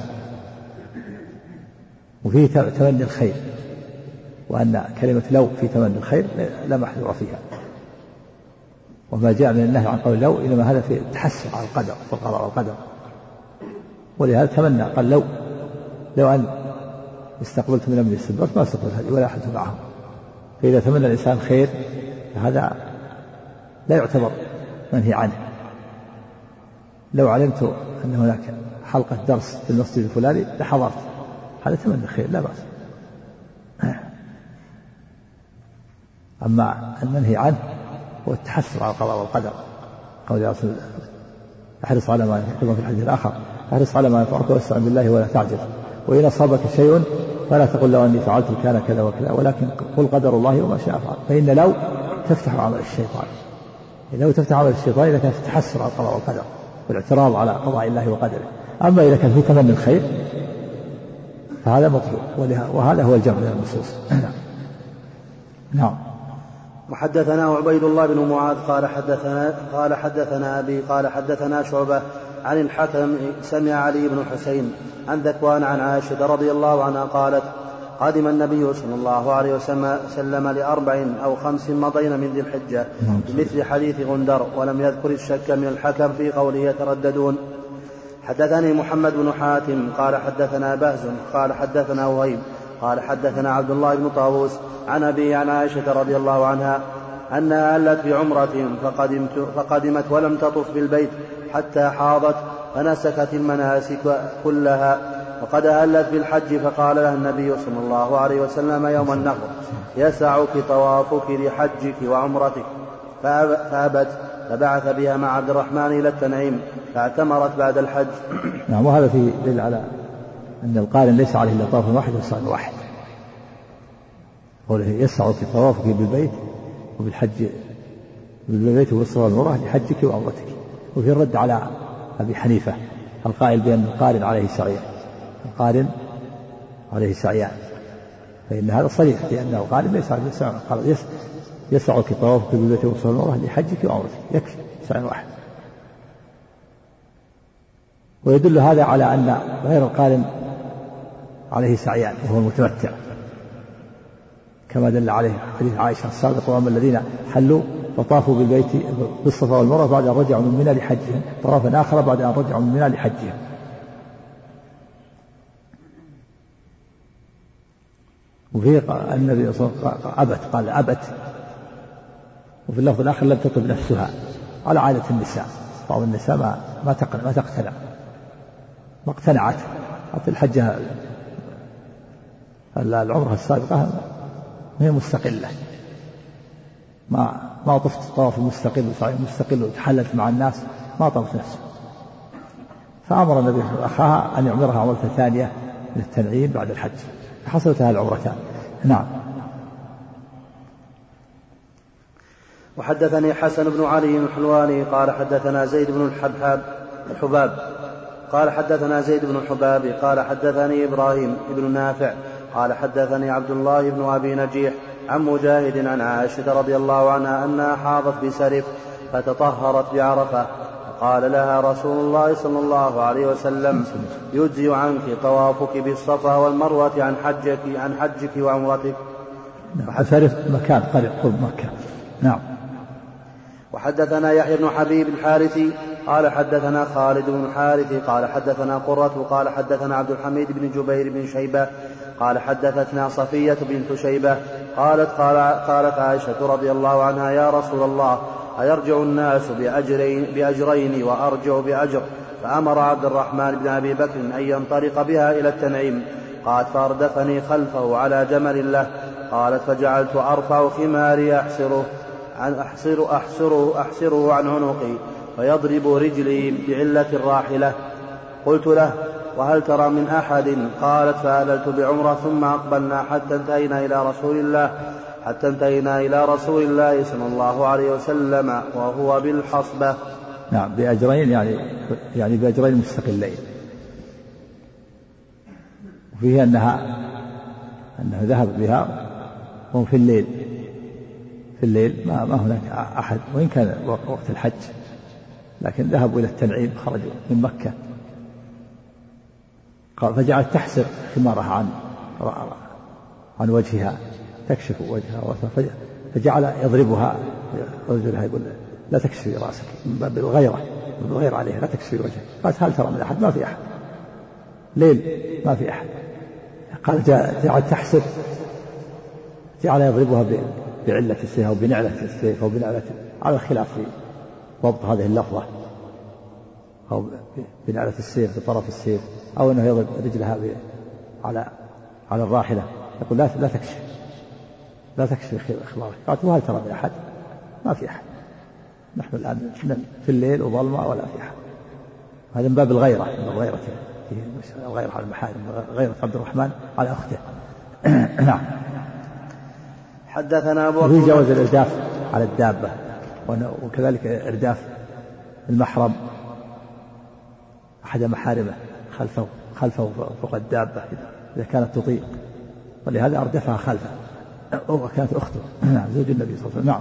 وفيه تمني الخير، وأن كلمة لو في تمني الخير لا محذور فيها. وما جاء من النهي عن قول لو إنما هذا في التحسر على القدر والقضاء والقدر، ولهذا تمنى قال لو لو أن استقبلت من أمري استدبرت ما استقبلت هذه ولا أحد معهم. فإذا تمنى الإنسان خير فهذا لا يعتبر منهي عنه. لو علمت أن هناك حلقة درس في المسجد الفلاني لحضرت، هذا تمنى خير لا بأس. أما المنهي عنه هو التحسر على القضاء والقدر، قول يا رسول الله احرص على ما ينفعك، في الحديث الآخر احرص على ما ينفعك واستعن بالله ولا تعجل، وإن أصابك شيء فلا تقل لو أني فعلت كان كذا وكذا، ولكن قل قدر الله وما شاء فعل، فإن لو تفتح عمل الشيطان. لو تفتح عمل الشيطان إذا كان في التحسر على القضاء والقدر والاعتراض على قضاء الله وقدره. أما إذا كان في تمني الخير فهذا مطلوب، وهذا هو الجمع من النصوص. نعم. وحدثنا عبيد الله بن معاذ قال حدثنا قال حدثنا أبي قال حدثنا شعبة عن الحكم سمع علي بن حسين عن ذكوان عن عائشة رضي الله عنها قالت قدم النبي صلى الله عليه وسلم لأربع أو خمس مضين من ذي الحجة بمثل حديث غندر، ولم يذكر الشك من الحكم في قوله يترددون. حدثني محمد بن حاتم قال حدثنا بهز قال حدثنا وهيب قال حدثنا عبد الله بن طاووس عن أبي عن عائشة رضي الله عنها أنها ألت بعمرة فقدمت فقدمت ولم تطف بالبيت حتى حاضت فنسكت المناسك كلها، وقد أهلت بالحج فقال لها النبي صلى الله عليه وسلم يوم النحر يسعك طوافك لحجك وعمرتك، فأبت فبعث بها مع عبد الرحمن إلى التنعيم فاعتمرت بعد الحج. نعم. وهذا في دليل على أن القارن ليس عليه إلا طواف واحد وسعي واحد، قوله يسعك طوافك بالبيت وبالحج بالبيت والصفا والمروة لحجك وعمرتك. وفي الرد على أبي حنيفة القائل بأن القارن عليه سعيان، القارن عليه سعيان، فإن هذا صريح لأن القارن ليس عليه سعيان، قال يسعك طوافك بالبيت والصفا والمروة لحجك وعمرتك، يكفي سعي واحد. ويدل هذا على أن غير القارن عليه سعيان وهو المتمتع، كما دل عليه حديث عائشة السابق وأما الذين حلوا فطافوا بالبيت بالصفا والمروة بعد أن رجعوا من منى لحجهم طوافا آخر بعد أن رجعوا من منى لحجهم. وفي النبي صلى الله عليه وسلم أبت قال أبت، وفي اللفظ الآخر لم تطب نفسها على عادة النساء، بعض النساء ما ما تقنع ما تقتنع ما اقتنعت حتى الحجة العمرة السابقة هي مستقلة، ما ما طفت طواف المستقل مستقل وتحلت مع الناس، ما طفت نفسه، فأمر النبي أخاها أن يعمرها عمرة ثانية للتنعيم بعد الحج، حصلت هذه العمرتان. نعم. وحدثني حسن بن علي الحلواني قال حدثنا زيد بن الحباب الحباب قال حدثنا زيد بن الحباب قال حدثني إبراهيم بن نافع قال حدثني عبد الله بن أبي نجيح عن مجاهد عن عائشة رضي الله عنها أنها حاضت بسرف فتطهرت بعرفة، فقال لها رسول الله صلى الله عليه وسلم يجزي عنك طوافك بالصفا والمروة عن حجك عن حجك وعمرتك. سرف مكان قريب قرب مكة. نعم. وحدثنا يحيى بن حبيب الحارثي قال حدثنا خالد بن الحارث قال حدثنا قرة قال حدثنا عبد الحميد بن جبير بن شيبة قال حدثتنا صفية بنت شيبة قالت قال قالت عائشة رضي الله عنها يا رسول الله أيرجع الناس بأجرين, بأجرين وأرجع بأجر؟ فأمر عبد الرحمن بن أبي بكر أن ينطلق بها إلى التنعيم. قالت فأردفني خلفه على جمل له. قالت فجعلت أرفع خماري أحسره عن أحسر أحسره, أحسره عن عنقي فيضرب رجلي بعلة الراحلة. قلت له وهل ترى من أحد؟ قالت فأهللت بعمرة ثم أقبلنا حتى انتهينا إلى رسول الله حتى انتهينا إلى رسول الله صلى الله عليه وسلم وهو بالحصبة. نعم بأجرين يعني يعني بأجرين مستقلين. وفيه أنها أنه ذهب بها وهم في الليل في الليل ما, ما هناك أحد وإن كان وقت الحج، لكن ذهبوا إلى التنعيم خرجوا من مكة. قال فجعلت تحسر خمارها عن عن وجهها تكشف وجهها فجعل يضربها رجلها يقول لا تكشفي رأسك من باب الغيرة بالغير عليها لا تكشفي وجهك. قالت هل ترى من أحد؟ ما في أحد، ليل ما في أحد. قال جعل تحسر جعل يضربها بعلة السيف أو بنعلة السيف أو بنعلة على الخلاف في ضبط هذه اللفظة، أو بنعلة السيف بطرف السيف أو أنه يضرب رجلها على على الراحلة يقول لا لا تكشف لا تكشف إخبارك. قالت وهل ترى من أحد؟ ما في أحد، نحن الآن في الليل وظلمة ولا في أحد. هذا من باب الغيرة، من الغيرة الغيرة على المحارم، غيرة عبد الرحمن على أخته. نعم. حدثنا أبو وفي جواز الإرداف على الدابة، وكذلك إرداف المحرم أحد محارمه خلفه خلفه فوق الدابة إذا كانت تطيق، ولهذا أردفها خلفه وكانت أخته زوج النبي صلى الله عليه وسلم. نعم.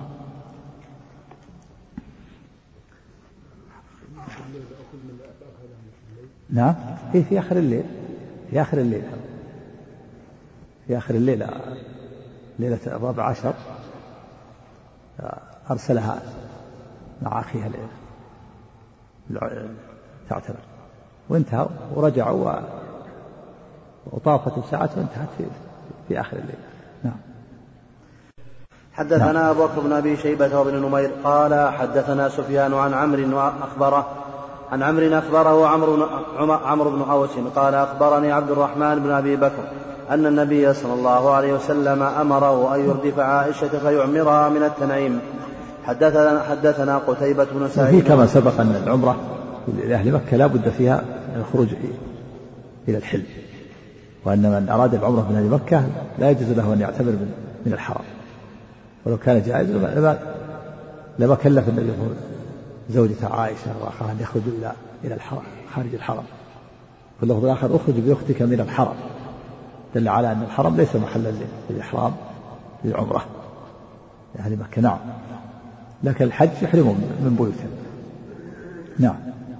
نعم في في آخر الليل في آخر الليل في آخر الليل ليلة الرابع عشر أرسلها مع أخيها تعتمر وانتهوا ورجعوا وطافت الساعة وانتهت في, في آخر الليل. نعم. حدثنا نعم. أبو بكر بن أبي شيبة وابن نمير قال حدثنا سفيان عن عمرو أخبره عن عمرو أخبره عمرو عمرو بن أوس قال أخبرني عبد الرحمن بن أبي بكر أن النبي صلى الله عليه وسلم أمره أن يردف عائشة فيعمرها من التنعيم. حدثنا حدثنا قتيبة بن سعيد. وفي كما سبق أن العمرة لأهل مكة لا بد فيها من الخروج إلى الحل، وأن من أراد العمرة من أهل مكة لا يجوز له أن يعتمر من الحرم، ولو كان جائز لما لما كلف النبي زوجة عائشة وأخاها أن يخرجوا إلى إلى الحرم خارج الحرم. في اللفظ الآخر اخرج بأختك من الحرم، دل على أن الحرم ليس محلا للإحرام للعمرة يعني مكة. نعم. لكن الحج يحرمهم من بيوتهم. نعم.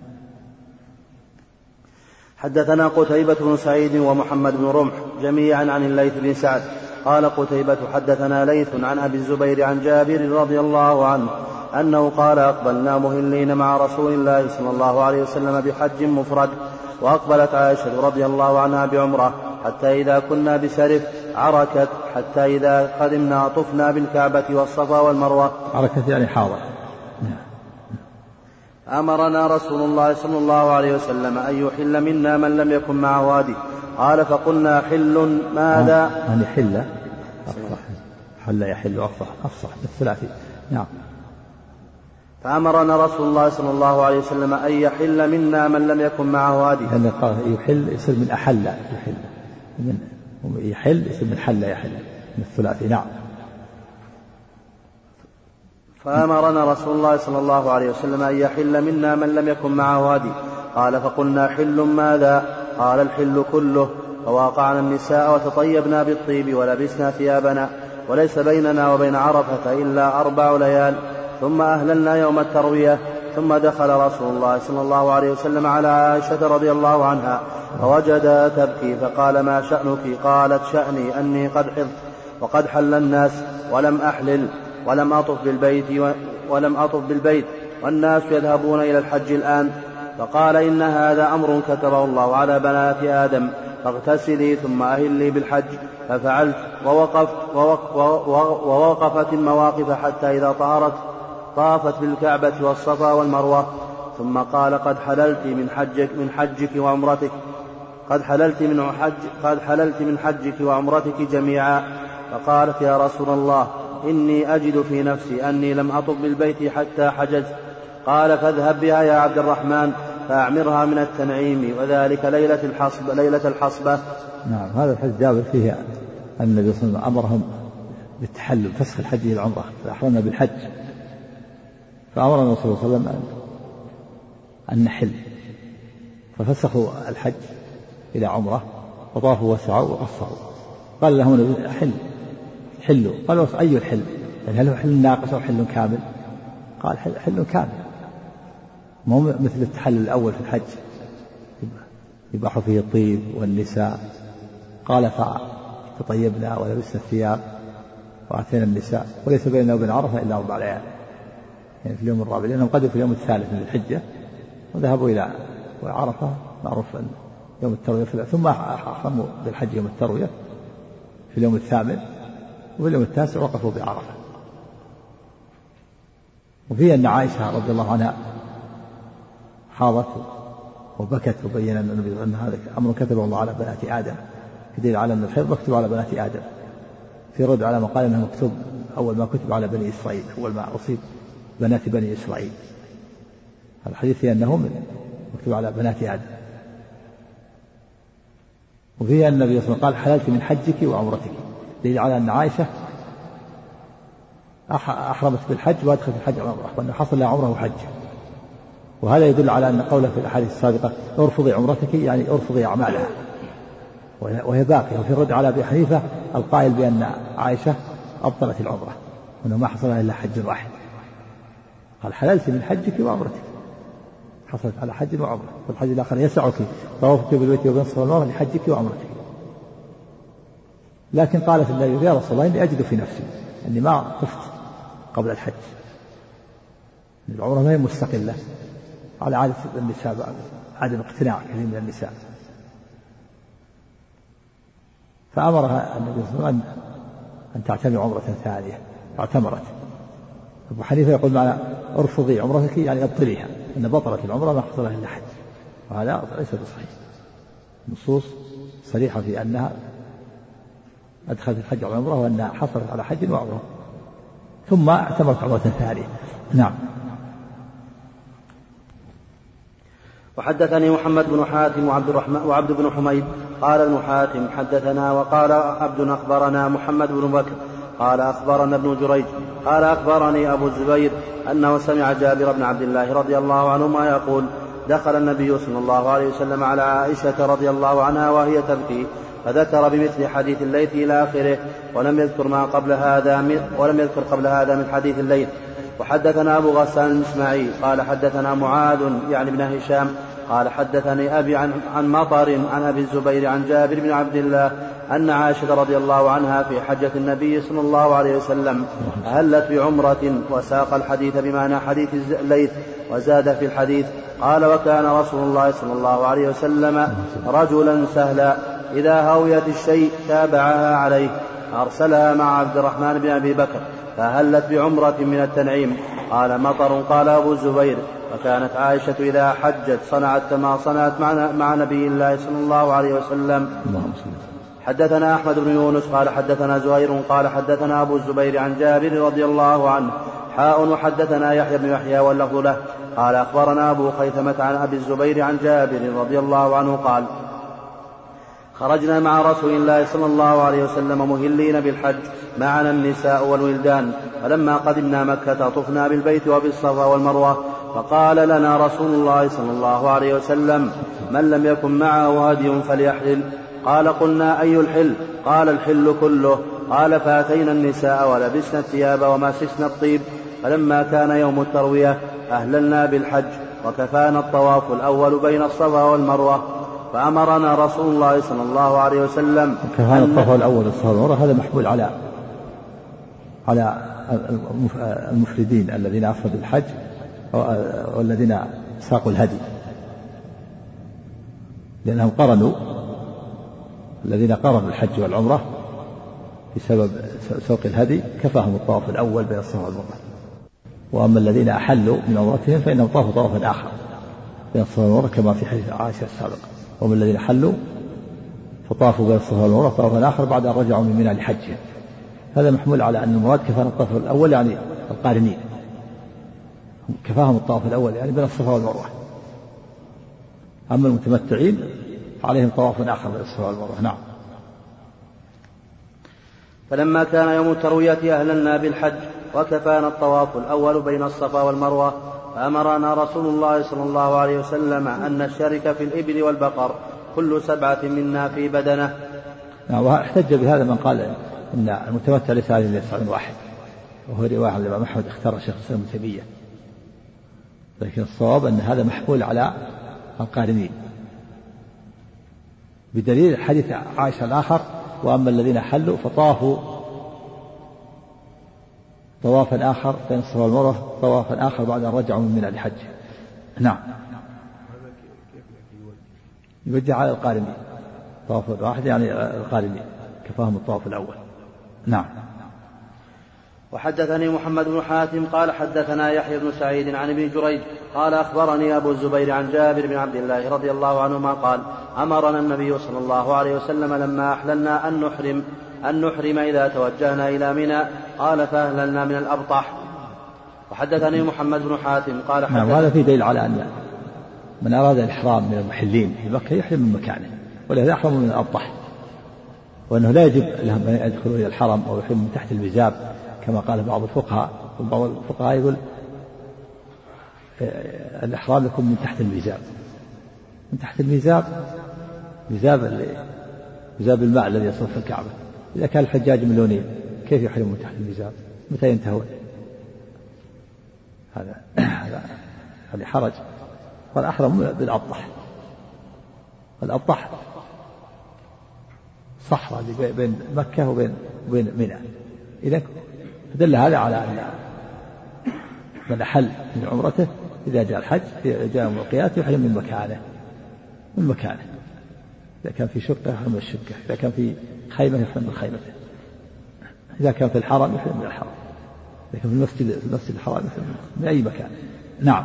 حدثنا قتيبة بن سعيد ومحمد بن رمح جميعا عن الليث بن سعد قال قتيبة حدثنا ليث عن أبي الزبير عن جابر رضي الله عنه أنه قال أقبلنا مهلين مع رسول الله صلى الله عليه وسلم بحج مفرد، وأقبلت عائشة رضي الله عنها بعمرة، حتى إذا كنا بسرف عركت، حتى إذا قدمنا طفنا بالكعبة والصفا والمروة. عركت يعني حاضر. أمرنا رسول الله صلى الله عليه وسلم أن يحل منا من لم يكن معه وادي. قال فقلنا حل ماذا؟ يعني حل أفصح، حل يحل أفصح أفصح بالثلاثي. نعم. فأمرنا رسول الله صلى الله عليه وسلم أن يحل منا من لم يكن معه وادي. يعني قال يحل يصير من أحل يحل، من يحل يصير من حل يحل من الثلاثي. نعم. فأمرنا رسول الله صلى الله عليه وسلم أن يحل منا من لم يكن معه وادي. قال فقلنا حل ماذا؟ قال الحل كله. فواقعنا النساء وتطيبنا بالطيب ولبسنا ثيابنا، وليس بيننا وبين عرفة إلا أربع ليال، ثم أهللنا يوم التروية. ثم دخل رسول الله صلى الله عليه وسلم على عائشة رضي الله عنها فوجدها تبكي فقال ما شأنك؟ قالت شأني أني قد حضت وقد حل الناس ولم أحلل ولم أطف بالبيت ولم أطف بالبيت والناس يذهبون إلى الحج الآن. فقال إن هذا أمر كتبه الله على بنات آدم، فاغتسلي ثم أهلي بالحج. ففعلت ووقفت ووقفت المواقف حتى إذا طهرت طافت بالكعبة والصفا والمروة. ثم قال قد حللت من حجك من حجك وعمرتك قد حللت من حج قد حللت من حجك وعمرتك جميعا. فقالت يا رسول الله إني أجد في نفسي أني لم أطب بالبيت حتى حججت. قال فاذهب بها يا عبد الرحمن فأعمرها من التنعيم، وذلك ليلة الحصبة, ليلة الحصبة. نعم. هذا الحديث جابر فيه أن النبي صلى الله عليه وسلم أمرهم بالتحلل فسخ الحج إلى العمرة، فأحرمنا بالحج. فأمرنا الرسول صلى الله عليه وسلم أن نحل، ففسخوا الحج إلى عمرة وطافوا وسعوا وقصروا. قال لهم النبي حل حلوا. قالوا أي الحل؟ يعني هل هو حل ناقص أو حل كامل؟ قال حل, حل كامل، مو مثل التحلل الأول في الحج يباح فيه الطيب والنساء. قال فتطيبنا ولبسنا الثياب وأتينا النساء وليس بيننا وبين عرفة إلا أربع ليال، يعني في اليوم الرابع، لأنهم قدوا في اليوم الثالث من الحجة وذهبوا إلى عرفة، معروف أن يوم التروية، ثم أحرموا بالحج يوم التروية في اليوم الثامن، وفي اليوم التاسع وقفوا بعرفة. وفي أن عائشة رضي الله عنها حاضت وبكت وبين أن النبي أن هذا أمر كتبه الله على بنات آدم، يدل على أن الخير مكتوب على بنات آدم، في رد على ما قال أنه مكتوب أول ما كتب على بني إسرائيل، أول ما أصيب بنات بني إسرائيل. الحديث هي أنه مكتوب على بنات آدم. وفيها النبي صلى الله عليه وسلم قال حللت من حجك وعمرتك، دليل على أن عائشة أحرمت بالحج وأدخلت الحج والعمرة، وأنه حصل لها عمره وحج. وهذا يدل على أن قوله في الأحاديث السابقة ارفضي عمرتك يعني ارفضي أعمالها وهي باقية. وفي الرد على أبي حنيفة القائل بأن عائشة أبطلت العمرة وأنه ما حصل إلا حج واحد، قال حللت من حجك وعمرتك، حصلت على حج وعمرة. والحج الآخر يسعك طوافك بالبيت وبين الصفا والمروة لحجك وعمرتك. لكن قالت النبي يا رسول الله إني أجد في نفسي أني ما طفت قبل الحج، العمرة ما هي مستقلة على عادة النساء، عدم اقتناع كثير من النساء. فأمرها النبي صلى الله عليه وسلم أن تعتمر عمرة ثانية، فاعتمرت. أبو حنيفة يقول معنا ارفضي عمرتك يعني ابطليها، أن بطلت العمرة ما حصلها إلا حج، وهذا ليس بصحيح. نصوص صريحة في أنها أدخلت الحج والعمرة وأنها حصلت على حج وعمرة، ثم اعتمرت عمرة ثانية. نعم. وحدثني محمد بن حاتم وعبد الرحمن وعبد بن حميد قال ابن حاتم حدثنا، وقال عبد أخبرنا محمد بن بكر قال أخبرنا ابن جريج قال أخبرني أبو الزبير أنه سمع جابر بن عبد الله رضي الله عنهما يقول دخل النبي صلى الله عليه وسلم على عائشة رضي الله عنها وهي تبكي، فذكر بمثل حديث الليث إلى آخره، ولم يذكر ما قبل هذا من ولم يذكر قبل هذا من حديث الليث. وحدثنا أبو غسان الإسماعيلي قال حدثنا معاذ يعني بن هشام قال حدثني أبي عن, عن مطر عن أبي الزبير عن جابر بن عبد الله أن عائشة رضي الله عنها في حجة النبي صلى الله عليه وسلم أهلت بعمرة، وساق الحديث بمعنى حديث الليث، وزاد في الحديث قال وكان رسول الله صلى الله عليه وسلم رجلا سهلا إذا هويت الشيء تابعها عليه، أرسلها مع عبد الرحمن بن أبي بكر فهلت بعمرة من التنعيم. قال مطر قال أبو الزبير وكانت عائشة إذا حجت صنعت كما صنعت مع نبي الله صلى الله عليه وسلم. حدثنا أحمد بن يونس قال حدثنا زهير قال حدثنا أبو الزبير عن جابر رضي الله عنه حاء وحدثنا يحيى بن يحيى واللفظ له قال أخبرنا أبو خيثمة عن أبي الزبير عن جابر رضي الله عنه قال خرجنا مع رسول الله صلى الله عليه وسلم مهلين بالحج معنا النساء والولدان، فلما قدمنا مكة طفنا بالبيت وبالصفا والمروة، فقال لنا رسول الله صلى الله عليه وسلم من لم يكن معه هدي فليحلل. قال قلنا أي الحل؟ قال الحل كله. قال فأتينا النساء ولبسنا الثياب وماسسنا الطيب، فلما كان يوم التروية أهللنا بالحج وكفانا الطواف الأول بين الصفا والمروة، فأمرنا رسول الله صلى الله عليه وسلم كفانا الطواف الأول بالصفا والمروة. هذا محمول على على المفردين الذين أفردوا الحج والذين ساقوا الهدي، لأنهم قرنوا الذين قرنوا الحج والعمرة بسبب سوق الهدي كفاهم الطواف الأول بين الصفا والمروة. وأما الذين أحلوا من عمرتهم فإنهم طافوا طوافا آخر بين الصفا والمروة كما في حديث عائشة السابق. وأما الذين حلوا فطافوا بين الصفا والمروة طوافا آخر بعد أن رجعوا من منى لحجهم. هذا محمول على أن المراد كفانا الطواف الأول يعني القارنين، كفاهم الطواف الأول يعني بين الصفا والمروة. أما المتمتعين فعليهم طواف آخر بين الصفا والمروة. نعم. فلما كان يوم التروية أهللنا بالحج وكفانا الطواف الأول بين الصفا والمروة، فأمرنا رسول الله صلى الله عليه وسلم أن نشترك في الإبل والبقر كل سبعة منا في بدنه. واحتج بهذا من قال إن المتمتع ليس عليه إلا سبع واحد، وهو رواية عن الإمام أحمد اختار الشيخ الإسلام ابن تيمية، لكن الصواب أن هذا محمول على القارنين بدليل حديث عائشة الآخر: وأما الذين حلوا فطافوا طوافا آخر بين الصفا والمروة طوافا آخر بعد أن رجعوا من منى لحج. نعم، يوجه على القارنين، طواف واحد يعني القارنين كفاهم الطواف الأول. نعم. وحدثني محمد بن حاتم قال حدثنا يحيى بن سعيد عن ابن جريج قال أخبرني أبو الزبير عن جابر بن عبد الله رضي الله عنهما قال: أمرنا النبي صلى الله عليه وسلم لما أحللنا أن نحرم أن نحرم إذا توجهنا إلى منى، قال: فأهللنا من الأبطح. وحدثني محمد بن حاتم قال حدثنا. نعم، وهذا في دليل على أن من أراد الإحرام من المحلين في مكة يحرم من مكانه، ولهذا يحرم من الأبطح، وأنه لا يجب لهم أن يدخلوا إلى الحرم أو يحرم من تحت المزاب كما قال بعض الفقهاء. وبعض الفقهاء يقول الإحرام يكون من تحت المزاب، من تحت المزاب مزاب مزاب الماء الذي يصب في الكعبة. إذا كان الحجاج مليونين كيف يحرم من تحت المزاب؟ متى ينتهون؟ هذا هذا هذا حرج. والأحرم بالأبطح، الأبطح صحراء بين مكة وبين وبين منى. إذا دل هذا على أن من أحل من عمرته إذا جاء الحج جاء يوم القيامة يحرم من مكانه من مكانه إذا كان في شقة يحرم من الشقة، إذا كان في خيمة يحرم من خيمته، إذا كان في الحرم يحرم من الحرم، إذا كان في المسجد في المسجد الحرام يحرم من أي مكان. نعم.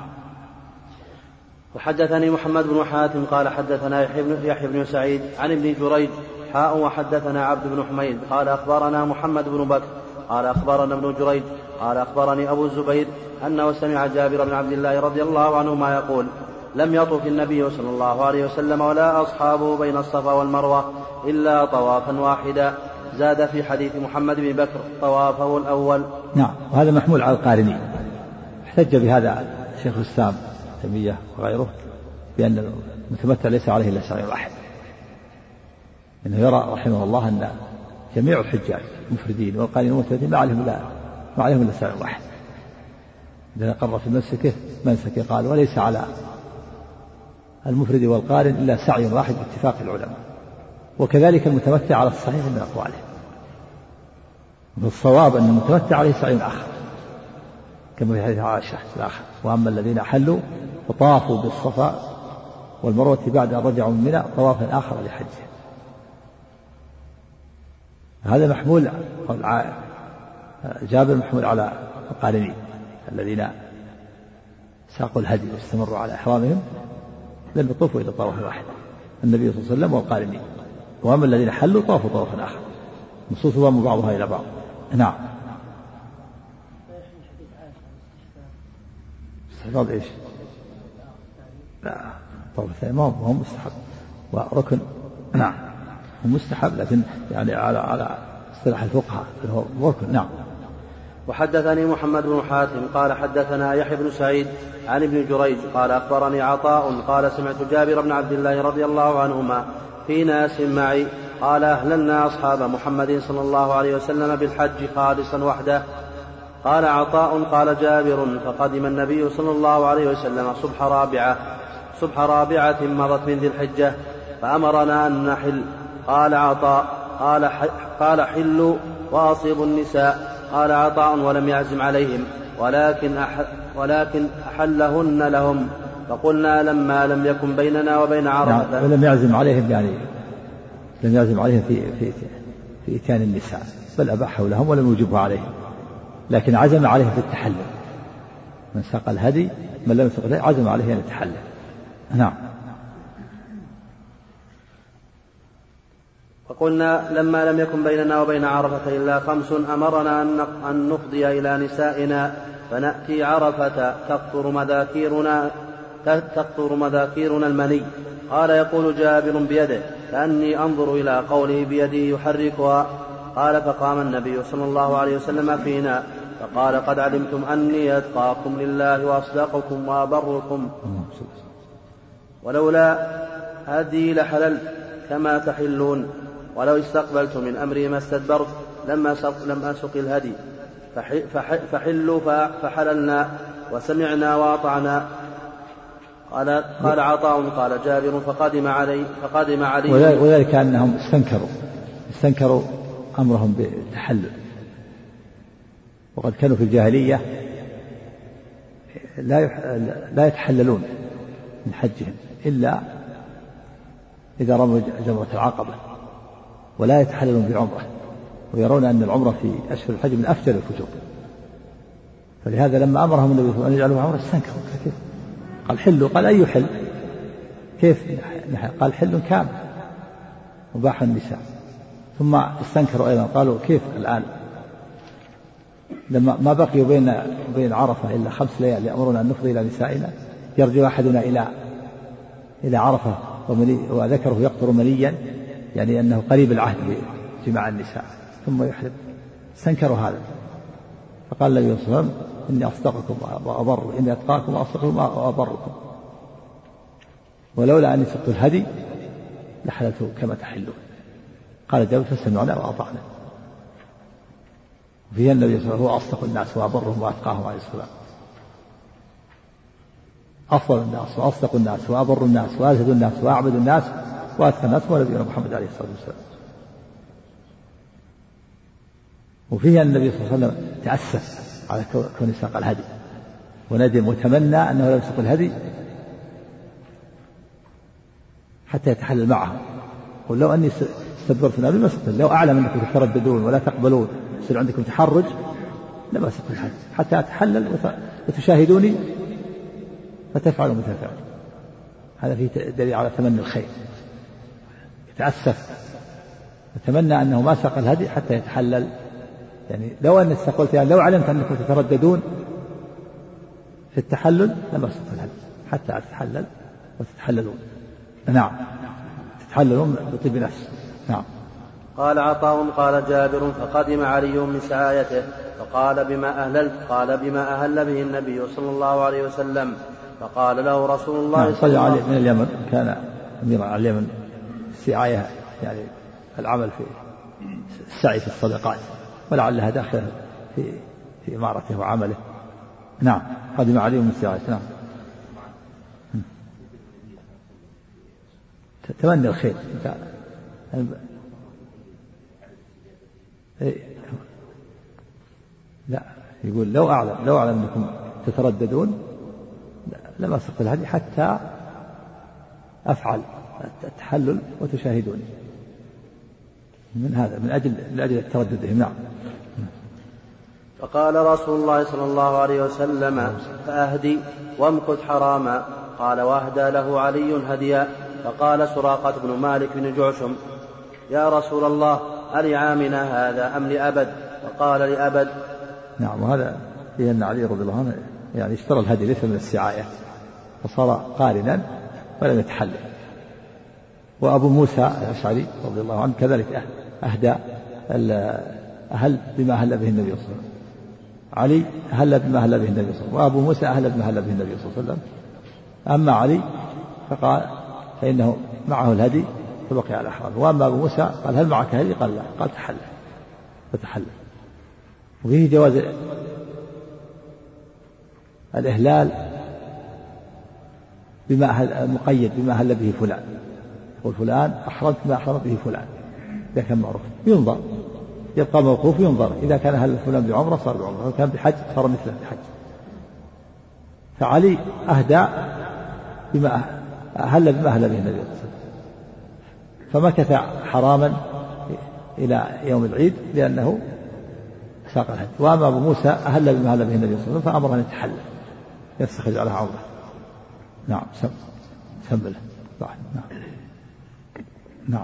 وحدثني محمد بن حاتم قال حدثنا يحيى بن سعيد عن ابن جريج حاء وحدثنا عبد بن حميد قال أخبرنا محمد بن بكر قال أخبرنا ابن جريج قال أخبرني أبو الزبير أنه سمع جابر بن عبد الله رضي الله عنهما يقول: لم يطف النبي صلى الله عليه وسلم ولا أصحابه بين الصفا والمروة إلا طوافا واحدا. زاد في حديث محمد بن بكر طوافه الأول. نعم، وهذا محمول على القارنين. احتج بهذا شيخ الإسلام تيمية وغيره بأن المتمتع ليس عليه إلا سعي واحد، إنه يرى رحمه الله أن جميع الحجاج مفردين والقارنين والمتمتعين ما عليهم إلا ما عليهم إلا سعي واحد. إذا قر في منسكه منسكه قال: وليس على المفرد والقارن إلا سعي واحد باتفاق العلماء. وكذلك المتمتع على الصحيح من أقواله. والصواب أن المتمتع عليه سعي آخر كما في حديث عائشة الآخر: وأما الذين حلوا فطافوا بالصفا والمروة بعد أن رجعوا من منى طوافا آخر لحجه. هذا محمول جابر محمول على القارنين الذين ساقوا الهدي واستمروا على إحرامهم لم يطوفوا إلى طواف واحد، النبي صلى الله عليه وسلم والقارنين. وأما الذين حلوا طافوا طوافا آخر، نصوص ضم بعضها إلى بعض. نعم. استحباب إيش؟ لا، طواف الثاني ما هو مستحب وركن. نعم، هو مستحب لكن يعني على على اصطلاح الفقهاء هو ركن. نعم. وحدثني محمد بن حاتم قال حدثنا يحيى بن سعيد عن ابن جريج قال أخبرني عطاء قال سمعت جابر بن عبد الله رضي الله عنهما في ناس معي قال: أهللنا أصحاب محمد صلى الله عليه وسلم بالحج خالصا وحده. قال عطاء قال جابر: فقدم النبي صلى الله عليه وسلم صبح رابعة صبح رابعة مضت من ذي الحجة فأمرنا أن نحل. قال عطاء قال, قال حلوا وأصيبوا النساء. قال عطاء: ولم يعزم عليهم ولكن, أح ولكن أحلهن لهم. فقلنا لما لم يكن بيننا وبين عرفة. ولم يعزم عليهم يعني لم يعزم عليهم في في في إتيان النساء، بل أباحه لهم ولم يوجبه عليهم، لكن عزم عليهم في التحلل. من ساق الهدي من لم يسق الهدي عزم عليه أن يتحلل. نعم. فقلنا لما لم يكن بيننا وبين عرفة إلا خمس أمرنا أن نفضي إلى نسائنا فنأتي عرفة تقطر مذاكيرنا تقطر مذاكيرنا المني. قال يقول جابر بيده كأني أنظر إلى قوله بيده يحركها. قال: فقام النبي صلى الله عليه وسلم فينا فقال قد علمتم أني أتقاكم لله وأصدقكم وأبركم، ولولا هدي لحللت كما تحلون، ولو استقبلت من أمري ما استدبرت لما سق لم أسق الهدي، فحلوا فحللنا وسمعنا وأطعنا. قال, قال عطاء قال جابر فقدم علي فقدم علي وذلك أنهم استنكروا استنكروا أمرهم بالتحلل، وقد كانوا في الجاهلية لا يتحللون من حجهم إلا إذا رموا جمرة العقبة، ولا يتحللون بعمرة، ويرون أن العمرة في أشهر الحج من أفجر الفجور، فلهذا لما أمرهم النبي صلى الله عليه وسلم أن يجعلوا عمرة استنكروا. كيف؟ قال حلوا، قال أي حل؟ كيف؟ قال حل كامل مباح النساء. ثم استنكروا أيضا قالوا كيف الآن لما ما بقي بين بين عرفة إلا خمس ليال يأمرون أن نفضي إلى نسائنا، يرجع أحدنا إلى إلى عرفة وذكره يقطر منيا، يعني أنه قريب العهد بجماع النساء، ثم يحرم. استنكروا هذا، فقال النبي صلى الله عليه وسلم إني أصدقكم وأبر، إني أتقاكم وأصدقكم وأبركم، ولولا أني سقت الهدي لحللته كما تحلون. قال جابر فسمعنا وأطعنا. وفيها النبي صلى الله عليه وسلم هو أصدق الناس وأبرهم وأتقاهم عليه الصلاة، أفضل الناس وأصدق الناس وأبر الناس وأزهد الناس وأعبد الناس وأتقى الناس هو نبينا محمد عليه الصلاة والسلام. وفيها النبي صلى الله عليه وسلم تأسف على كون ساق الهدي، وندم وتمنى أنه لم يسق الهدي حتى يتحلل معهم. قل لو أني استدبرت النبي ما سقت، لو أعلم أنكم تترددون ولا تقبلون يصير عندكم تحرج لما سقت الهدي حتى أتحلل وتشاهدوني فتفعلوا مثل فعل. هذا فيه دليل على تمني الخير، يتأسف وتمنى أنه ما سق الهدي حتى يتحلل. يعني لو أن استقلت، يعني لو علمت أنكم تترددون في التحلل لما سقت الهدي حتى أتحلل وتتحللون. نعم، تتحللون بطيب نفس. نعم. قال عطاء قال جابر فقدم علي من سعايته فقال بما أهللت؟ قال بما أهل به النبي صلى الله عليه وسلم. فقال له رسول الله نعم صلى الله عليه وسلم من اليمن، كان أميرا على اليمن، السعاية يعني العمل في السعي في الصدقات، ولعلها داخل في في إمارته وعمله. نعم قدم علي من سعاية. نعم تمني الخير. لا يقول لو أعلم لو أعلم أنكم تترددون لما سقت الهدي حتى أفعل التحلل وتشاهدوني. من هذا من أجل من أجل ترددهم. نعم. فقال رسول الله صلى الله عليه وسلم فأهدي وامكث حراما. قال واهدى له علي هديا. فقال سراقة بن مالك بن جعشم يا رسول الله ألعامنا هذا أم لأبد؟ فقال لأبد. نعم. وهذا فيه أن علي رضي الله عنه يعني اشترى الهدي ليس من السعاية، فصار قارنا ولم يتحلل. وأبو موسى الأشعري رضي الله عنه كذلك أهدى أهل بما أهل به النبي صلى الله عليه وسلم. علي أهل بما أهل به النبي صلى الله عليه وسلم، وأبو موسى أهل بما أهل به النبي صلى الله عليه وسلم. أما علي فقال فإنه معه الهدي فبقي على إحرامه. وأما أبو موسى قال هل معك هدي؟ قال لا. قال تحلل فتحلل. وفيه جواز الإهلال بما أهل مقيد بما أهل به فلان، يقول فلان أحرمت ما أحرم به فلان، إذا كان معروف ينظر، يبقى موقوف ينظر، إذا كان أهل فلان بعمرة صار بعمرة، وكان بحج صار مثله بحج. فعلي أهدى بما أهل بما أهل به النبي صلى الله عليه وسلم، فمكث حراما إلى يوم العيد لأنه ساق الهدي. وأما أبو موسى أهل بما أهل به النبي صلى الله عليه وسلم فأمره أن يتحلل يستخرج على عمره. نعم سم سم له. نعم نعم.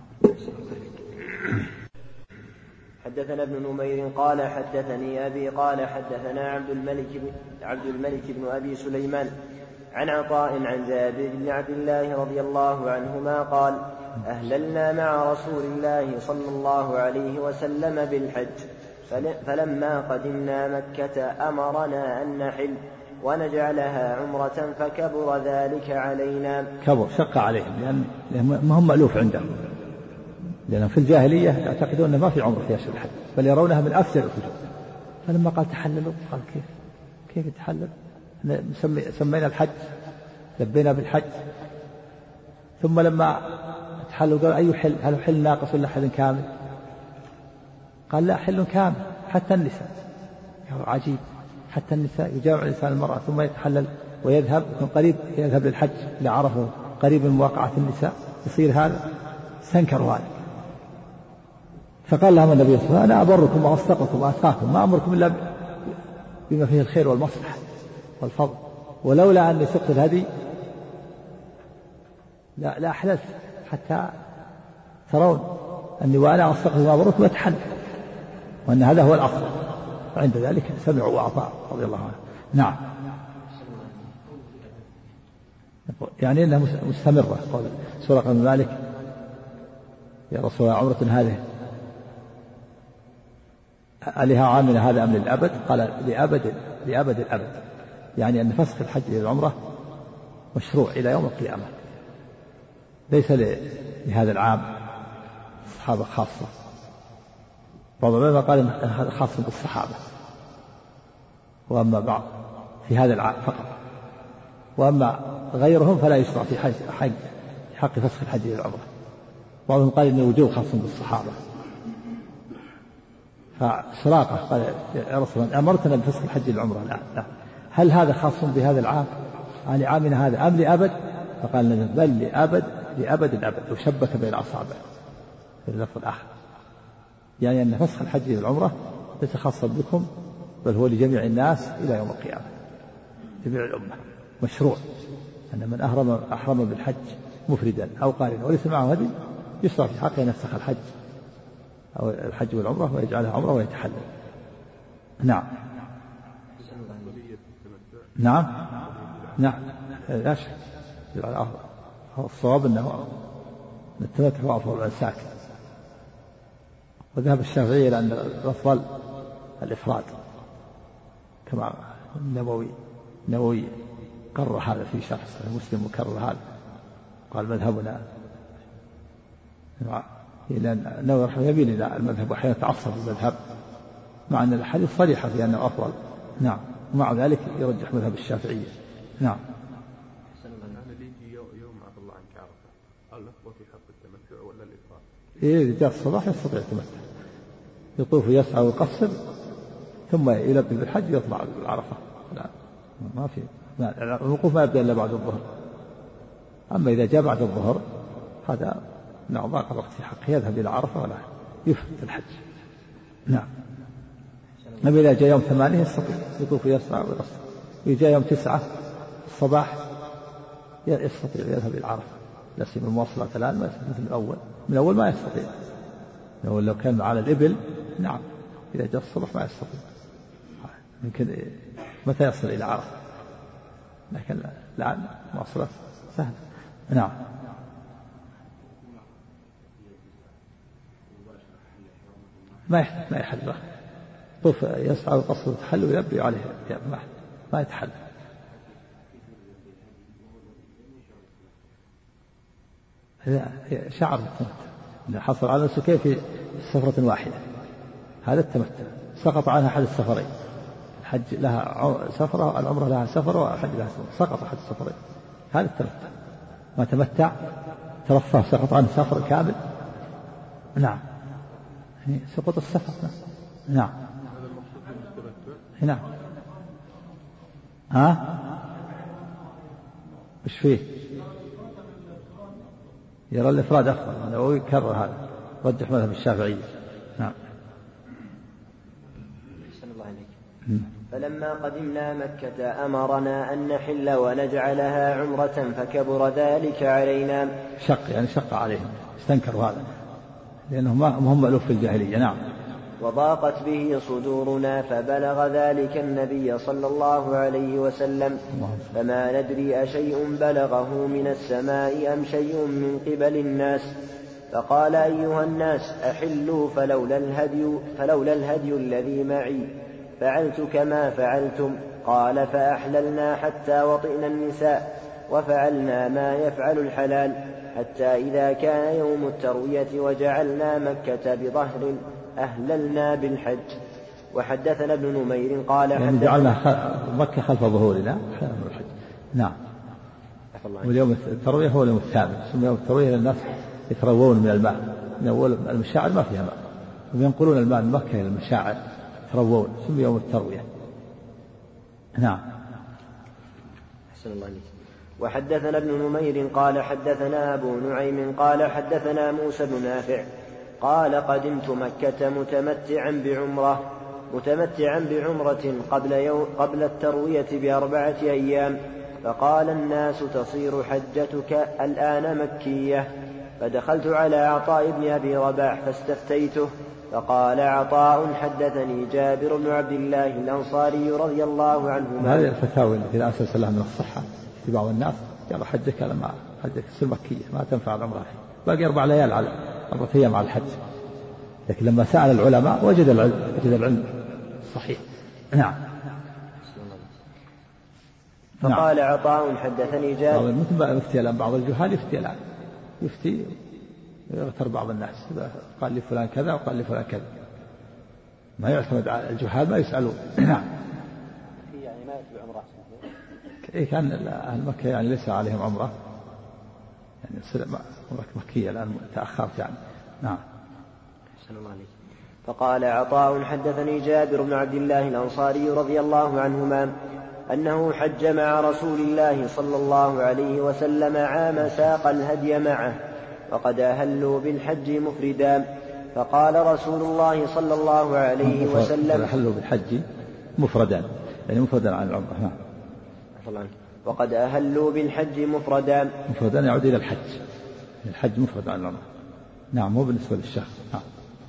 حدثنا ابن نمير قال حدثني أبي قال حدثنا عبد الملك عبد الملك بن أبي سليمان عن عطاء عن جابر بن عبد الله رضي الله عنهما قال أهللنا مع رسول الله صلى الله عليه وسلم بالحج فلما قدمنا مكة أمرنا أن نحل ونجعلها عمرة فكبر ذلك علينا. كبر شق عليهم لأن ما هم مألوف عندهم، لأن في الجاهلية يعتقدون أن ما في عمرة في أشهر الحج بل يرونها من أفجر الفجور. فلما قال تحللوا قال كيف كيف يتحلل؟ سمينا الحج لبينا بالحج. ثم لما تحلوا قال أي حل؟ هل حل ناقص ولا حل كامل؟ قال لا حل كامل حتى النساء. عجيب، حتى النساء يجامع الإنسان المرأة ثم يتحلل ويذهب من قريب يذهب للحج لعرفه قريب من مواقعة النساء، يصير هذا استنكروا هذا. فقال لهم النبي صلى الله عليه وسلم أنا أبركم وأصدقكم وأتقاكم ما أمركم إلا بما فيه الخير والمصلحة والفضل، ولولا أني سقت الهدي لا, لا أحللت حتى ترون أني وأنا أصدقكم وأبركم وأتحلل، وأن هذا هو الأصل. فعند ذلك سمعوا وأطاعوا رضي الله عنه. نعم، يعني أنها مستمرة. قال سورة بن مالك يا رسول الله عمرة هذه ألها عامنا هذا أم للأبد؟ قال لأبد لأبد الأبد، يعني أن فسخ الحج للعمرة مشروع إلى يوم القيامة، ليس لهذا العام الصحابة خاصة. بعض العلماء قال هذا خاص بالصحابة، وأما بعض في هذا العام فقط، وأما غيرهم فلا يشرع في حج حج حق فسخ الحج للعمرة. بعضهم قال إن الوجوب خاص بالصحابة. فسراقة قال يا رسول الله أمرتنا بفسخ الحج للعمرة. لا لا، هل هذا خاص بهذا العام يعني عامنا هذا أم لأبد؟ فقال بل لأبد لأبد الأبد، وشبك بين أصابعه في اللفظ الآخر، يعني أن فسخ الحج للعمرة ليس خاصا بكم بل هو لجميع الناس إلى يوم القيامة، جميع الأمة. مشروع أن من أحرم أحرم بالحج مفردا أو قارنا وليس معه هدي يشرع في حقه يفسخ الحج أو الحج والعمرة ويجعلها عمرة ويتحلل. نعم نعم نعم لا شك. الصواب أنه التمتع هو أفضل الأنساك، وذهب الشافعي إلى أن الأفضل الإفراد كما النووي النووي قرر هذا في شرح صحيح مسلم وكرر هذا، قال مذهبنا إلى النووي رحمه يميل إلى المذهب وأحيانا تعصب المذهب مع أن الحديث صريحة في أنه أفضل. نعم، ومع ذلك يرجح مذهب الشافعية. نعم. يوم عبد الله عنك عرفة هل الأفضل في حق التمتع ولا الإفراد؟ إيه إذا جاء الصباح يستطيع التمتع، يطوف يسعى ويقصر ثم يلبي بالحج يطلع العرفة. لا ما في الوقوف ما يبدأ إلا بعد الظهر. أما إذا جاء بعد الظهر هذا نعم ضاق الوقت في حقه يذهب إلى عرفة ولا يفوت الحج. نعم. أما إذا جاء يوم ثمانية يستطيع يطوف يسعى ويقصر. إذا جاء يوم تسعة الصباح يستطيع يذهب إلى عرفة، لا سيما المواصلات الآن ما يستطيع مثل الأول. من الأول ما يستطيع، لو لو كان على الإبل نعم إذا جاء الصبح ما يستطيع، يمكن متى يصل إلى عرفة، لكن الآن مواصلات سهلة. نعم. ما يحتاج ما يحل طوف يسعى ويقصر ويتحل ويلبي عليه ما ما يتحل. شعر التمتع إذا حصل على نفسه في سفرة واحدة هذا التمتع، سقط عنها أحد السفرين، الحج لها سفرة العمرة لها سفرة والحج لها سفرة، سقط أحد السفرين هذا التمتع. ما تمتع ترفه سقط عنه سفر كامل. نعم سقط السفر. نعم نعم. ها وش فيه؟ يرى الإفراد أفضل، أنا هو يكرر هذا رجح مذهب الشافعية. نعم. فلما قدمنا مكة أمرنا أن نحل ونجعلها عمرة فكبر ذلك علينا. شق يعني شق عليهم، استنكروا هذا لأنهم هم مألوف في الجاهلية. نعم. وضاقت به صدورنا فبلغ ذلك النبي صلى الله عليه وسلم فما ندري أشيء بلغه من السماء أم شيء من قبل الناس، فقال أيها الناس أحلوا فلولا الهدي, فلولا الهدي الذي معي فعلت كما فعلتم. قال فأحللنا حتى وطئنا النساء وفعلنا ما يفعل الحلال حتى إذا كان يوم التروية وجعلنا مكة بظهر أهللنا بالحج. وحدثنا ابن نمير قال يعني جعلنا مكة خلف ظهورنا الحج. نعم. واليوم التروية هو اليوم الثامن، ثم يوم التروية الناس يتروون من الماء، من أول المشاعر ما فيها ماء وينقلون الماء من مكة إلى المشاعر يتروون، ثم يوم التروية. نعم. أحسن الله عليك. وحدثنا ابن نمير قال حدثنا أبو نعيم قال حدثنا موسى بن نافع قال قدمت مكة متمتعا بعمرة متمتعا بعمرة قبل, يوم قبل التروية بأربعة أيام، فقال الناس تصير حجتك الآن مكية، فدخلت على عطاء بن أبي رباح فاستفتيته، فقال عطاء حدثني جابر بن عبد الله الأنصاري رضي الله عنهما. هذه الفتاوى التي لا أساس لها من الصحة في بعض الناس قال حجك لما حجك تصير مكية ما تنفع العمرة، باقي أربع ليال على أربعة أيام على الحج. لكن لما سأل العلماء وجد العلم وجد العلم صحيح. نعم. فقال نعم. عطاء حدثني جابر. مثل يفتي الآن بعض الجهال يفتي الآن يفتي يغتر بعض الناس قال لي فلان كذا وقال لي فلان كذا، ما يعتمد على الجهال ما يسألون. نعم. يعني ما يتبع عمره. إيه كان أهل مكة يعني ليس عليهم عمرة، يعني عمرة مكية الآن تأخرت يعني. نعم. أحسن الله عليك. فقال عطاء حدثني جابر بن عبد الله الأنصاري رضي الله عنهما أنه حج مع رسول الله صلى الله عليه وسلم عام ساق الهدي معه، وقد أهلوا بالحج مفردا، فقال رسول الله صلى الله عليه وسلم أهلوا بالحج مفردا يعني مفردا عن العمرة. وقد أهلوا بالحج مفردا مفردا يعود إلى الحج، الحج مفرد عن العمرة. نعم مو بالنسبة للشخص. نعم.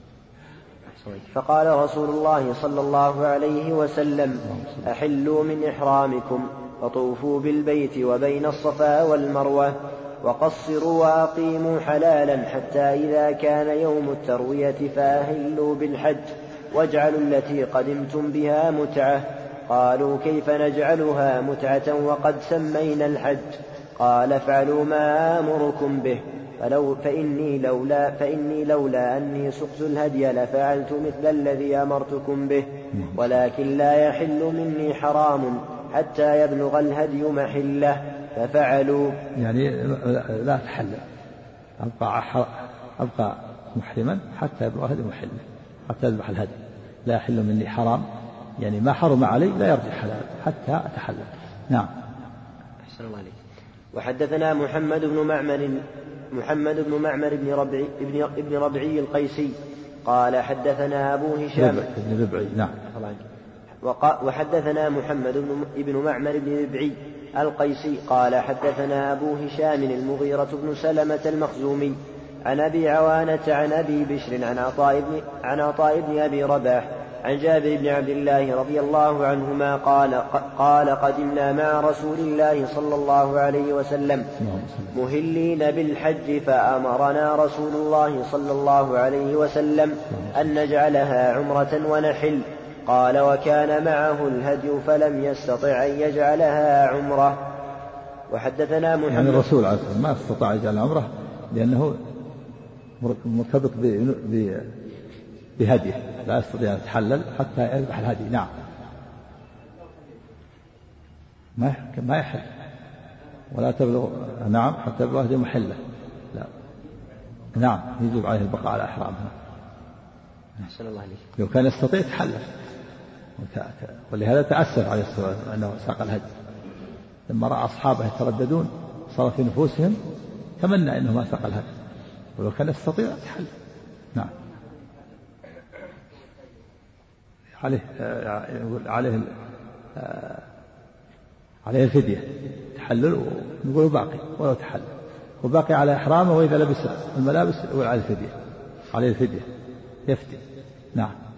فقال رسول الله صلى الله عليه وسلم أحلوا من إحرامكم وطوفوا بالبيت وبين الصفا والمروة وقصروا وأقيموا حلالا حتى إذا كان يوم التروية فأهلوا بالحج واجعلوا التي قدمتم بها متعة. قالوا كيف نجعلها متعة وقد سمينا الحج؟ قال افعلوا ما آمركم به، فلو فإني لولا, فإني لولا أني سقت الهدي لفعلت مثل الذي أمرتكم به، ولكن لا يحل مني حرام حتى يبلغ الهدي محله، ففعلوا. يعني لا تحل، أبقى, أبقى محرما حتى يبلغ الهدي محله، حتى يذبح الهدي. لا يحل مني حرام يعني ما حرم علي لا يرجع حلال حتى أتحلل. نعم. أحسن الله عليك. وحدثنا محمد بن معمر محمد بن معمر بن ربعي ابن, ابن ربعي القيسي قال حدثنا أبو هشام بن ربعي. نعم. وحدثنا محمد بن معمر بن ربعي القيسي قال حدثنا أبو هشام المغيرة بن سلمة المخزومي عن أبي عوانة عن أبي بشر عن عطاء بن, عن عطاء بن أبي رباح عن جابر بن عبد الله رضي الله عنهما قال قال قدمنا مع رسول الله صلى الله عليه وسلم مهلين بالحج، فأمرنا رسول الله صلى الله عليه وسلم أن نجعلها عمرة ونحل. قال وكان معه الهدي فلم يستطع أن يجعلها عمرة. وحدثنا محمد يعني الرسول عليه الصلاة والسلام ما استطاع يجعل عمرة لأنه مرتبط بهديه، لا يستطيع أن يتحلل حتى يذبح الهدي. نعم. ما ما يحل ولا تبلغ. نعم حتى يبلغ الهدي محله. لا. نعم يجب عليه البقاء على إحرامه. أحسن الله عليك. لو كان يستطيع يتحلل، ولهذا تأسف عليه الصلاة والسلام أنه ساق الهدي لما رأى أصحابه يترددون صار في نفوسهم تمنى أنه ما ساق الهدي، ولو كان يستطيع يتحلل. نعم. عليه يقول عليه عليه الفدية تحلل، ونقول باقي ولو تحلل وباقي على إحرامه، وإذا لبس الملابس يقول عليه الفدية عليه الفدية يفتي. نعم.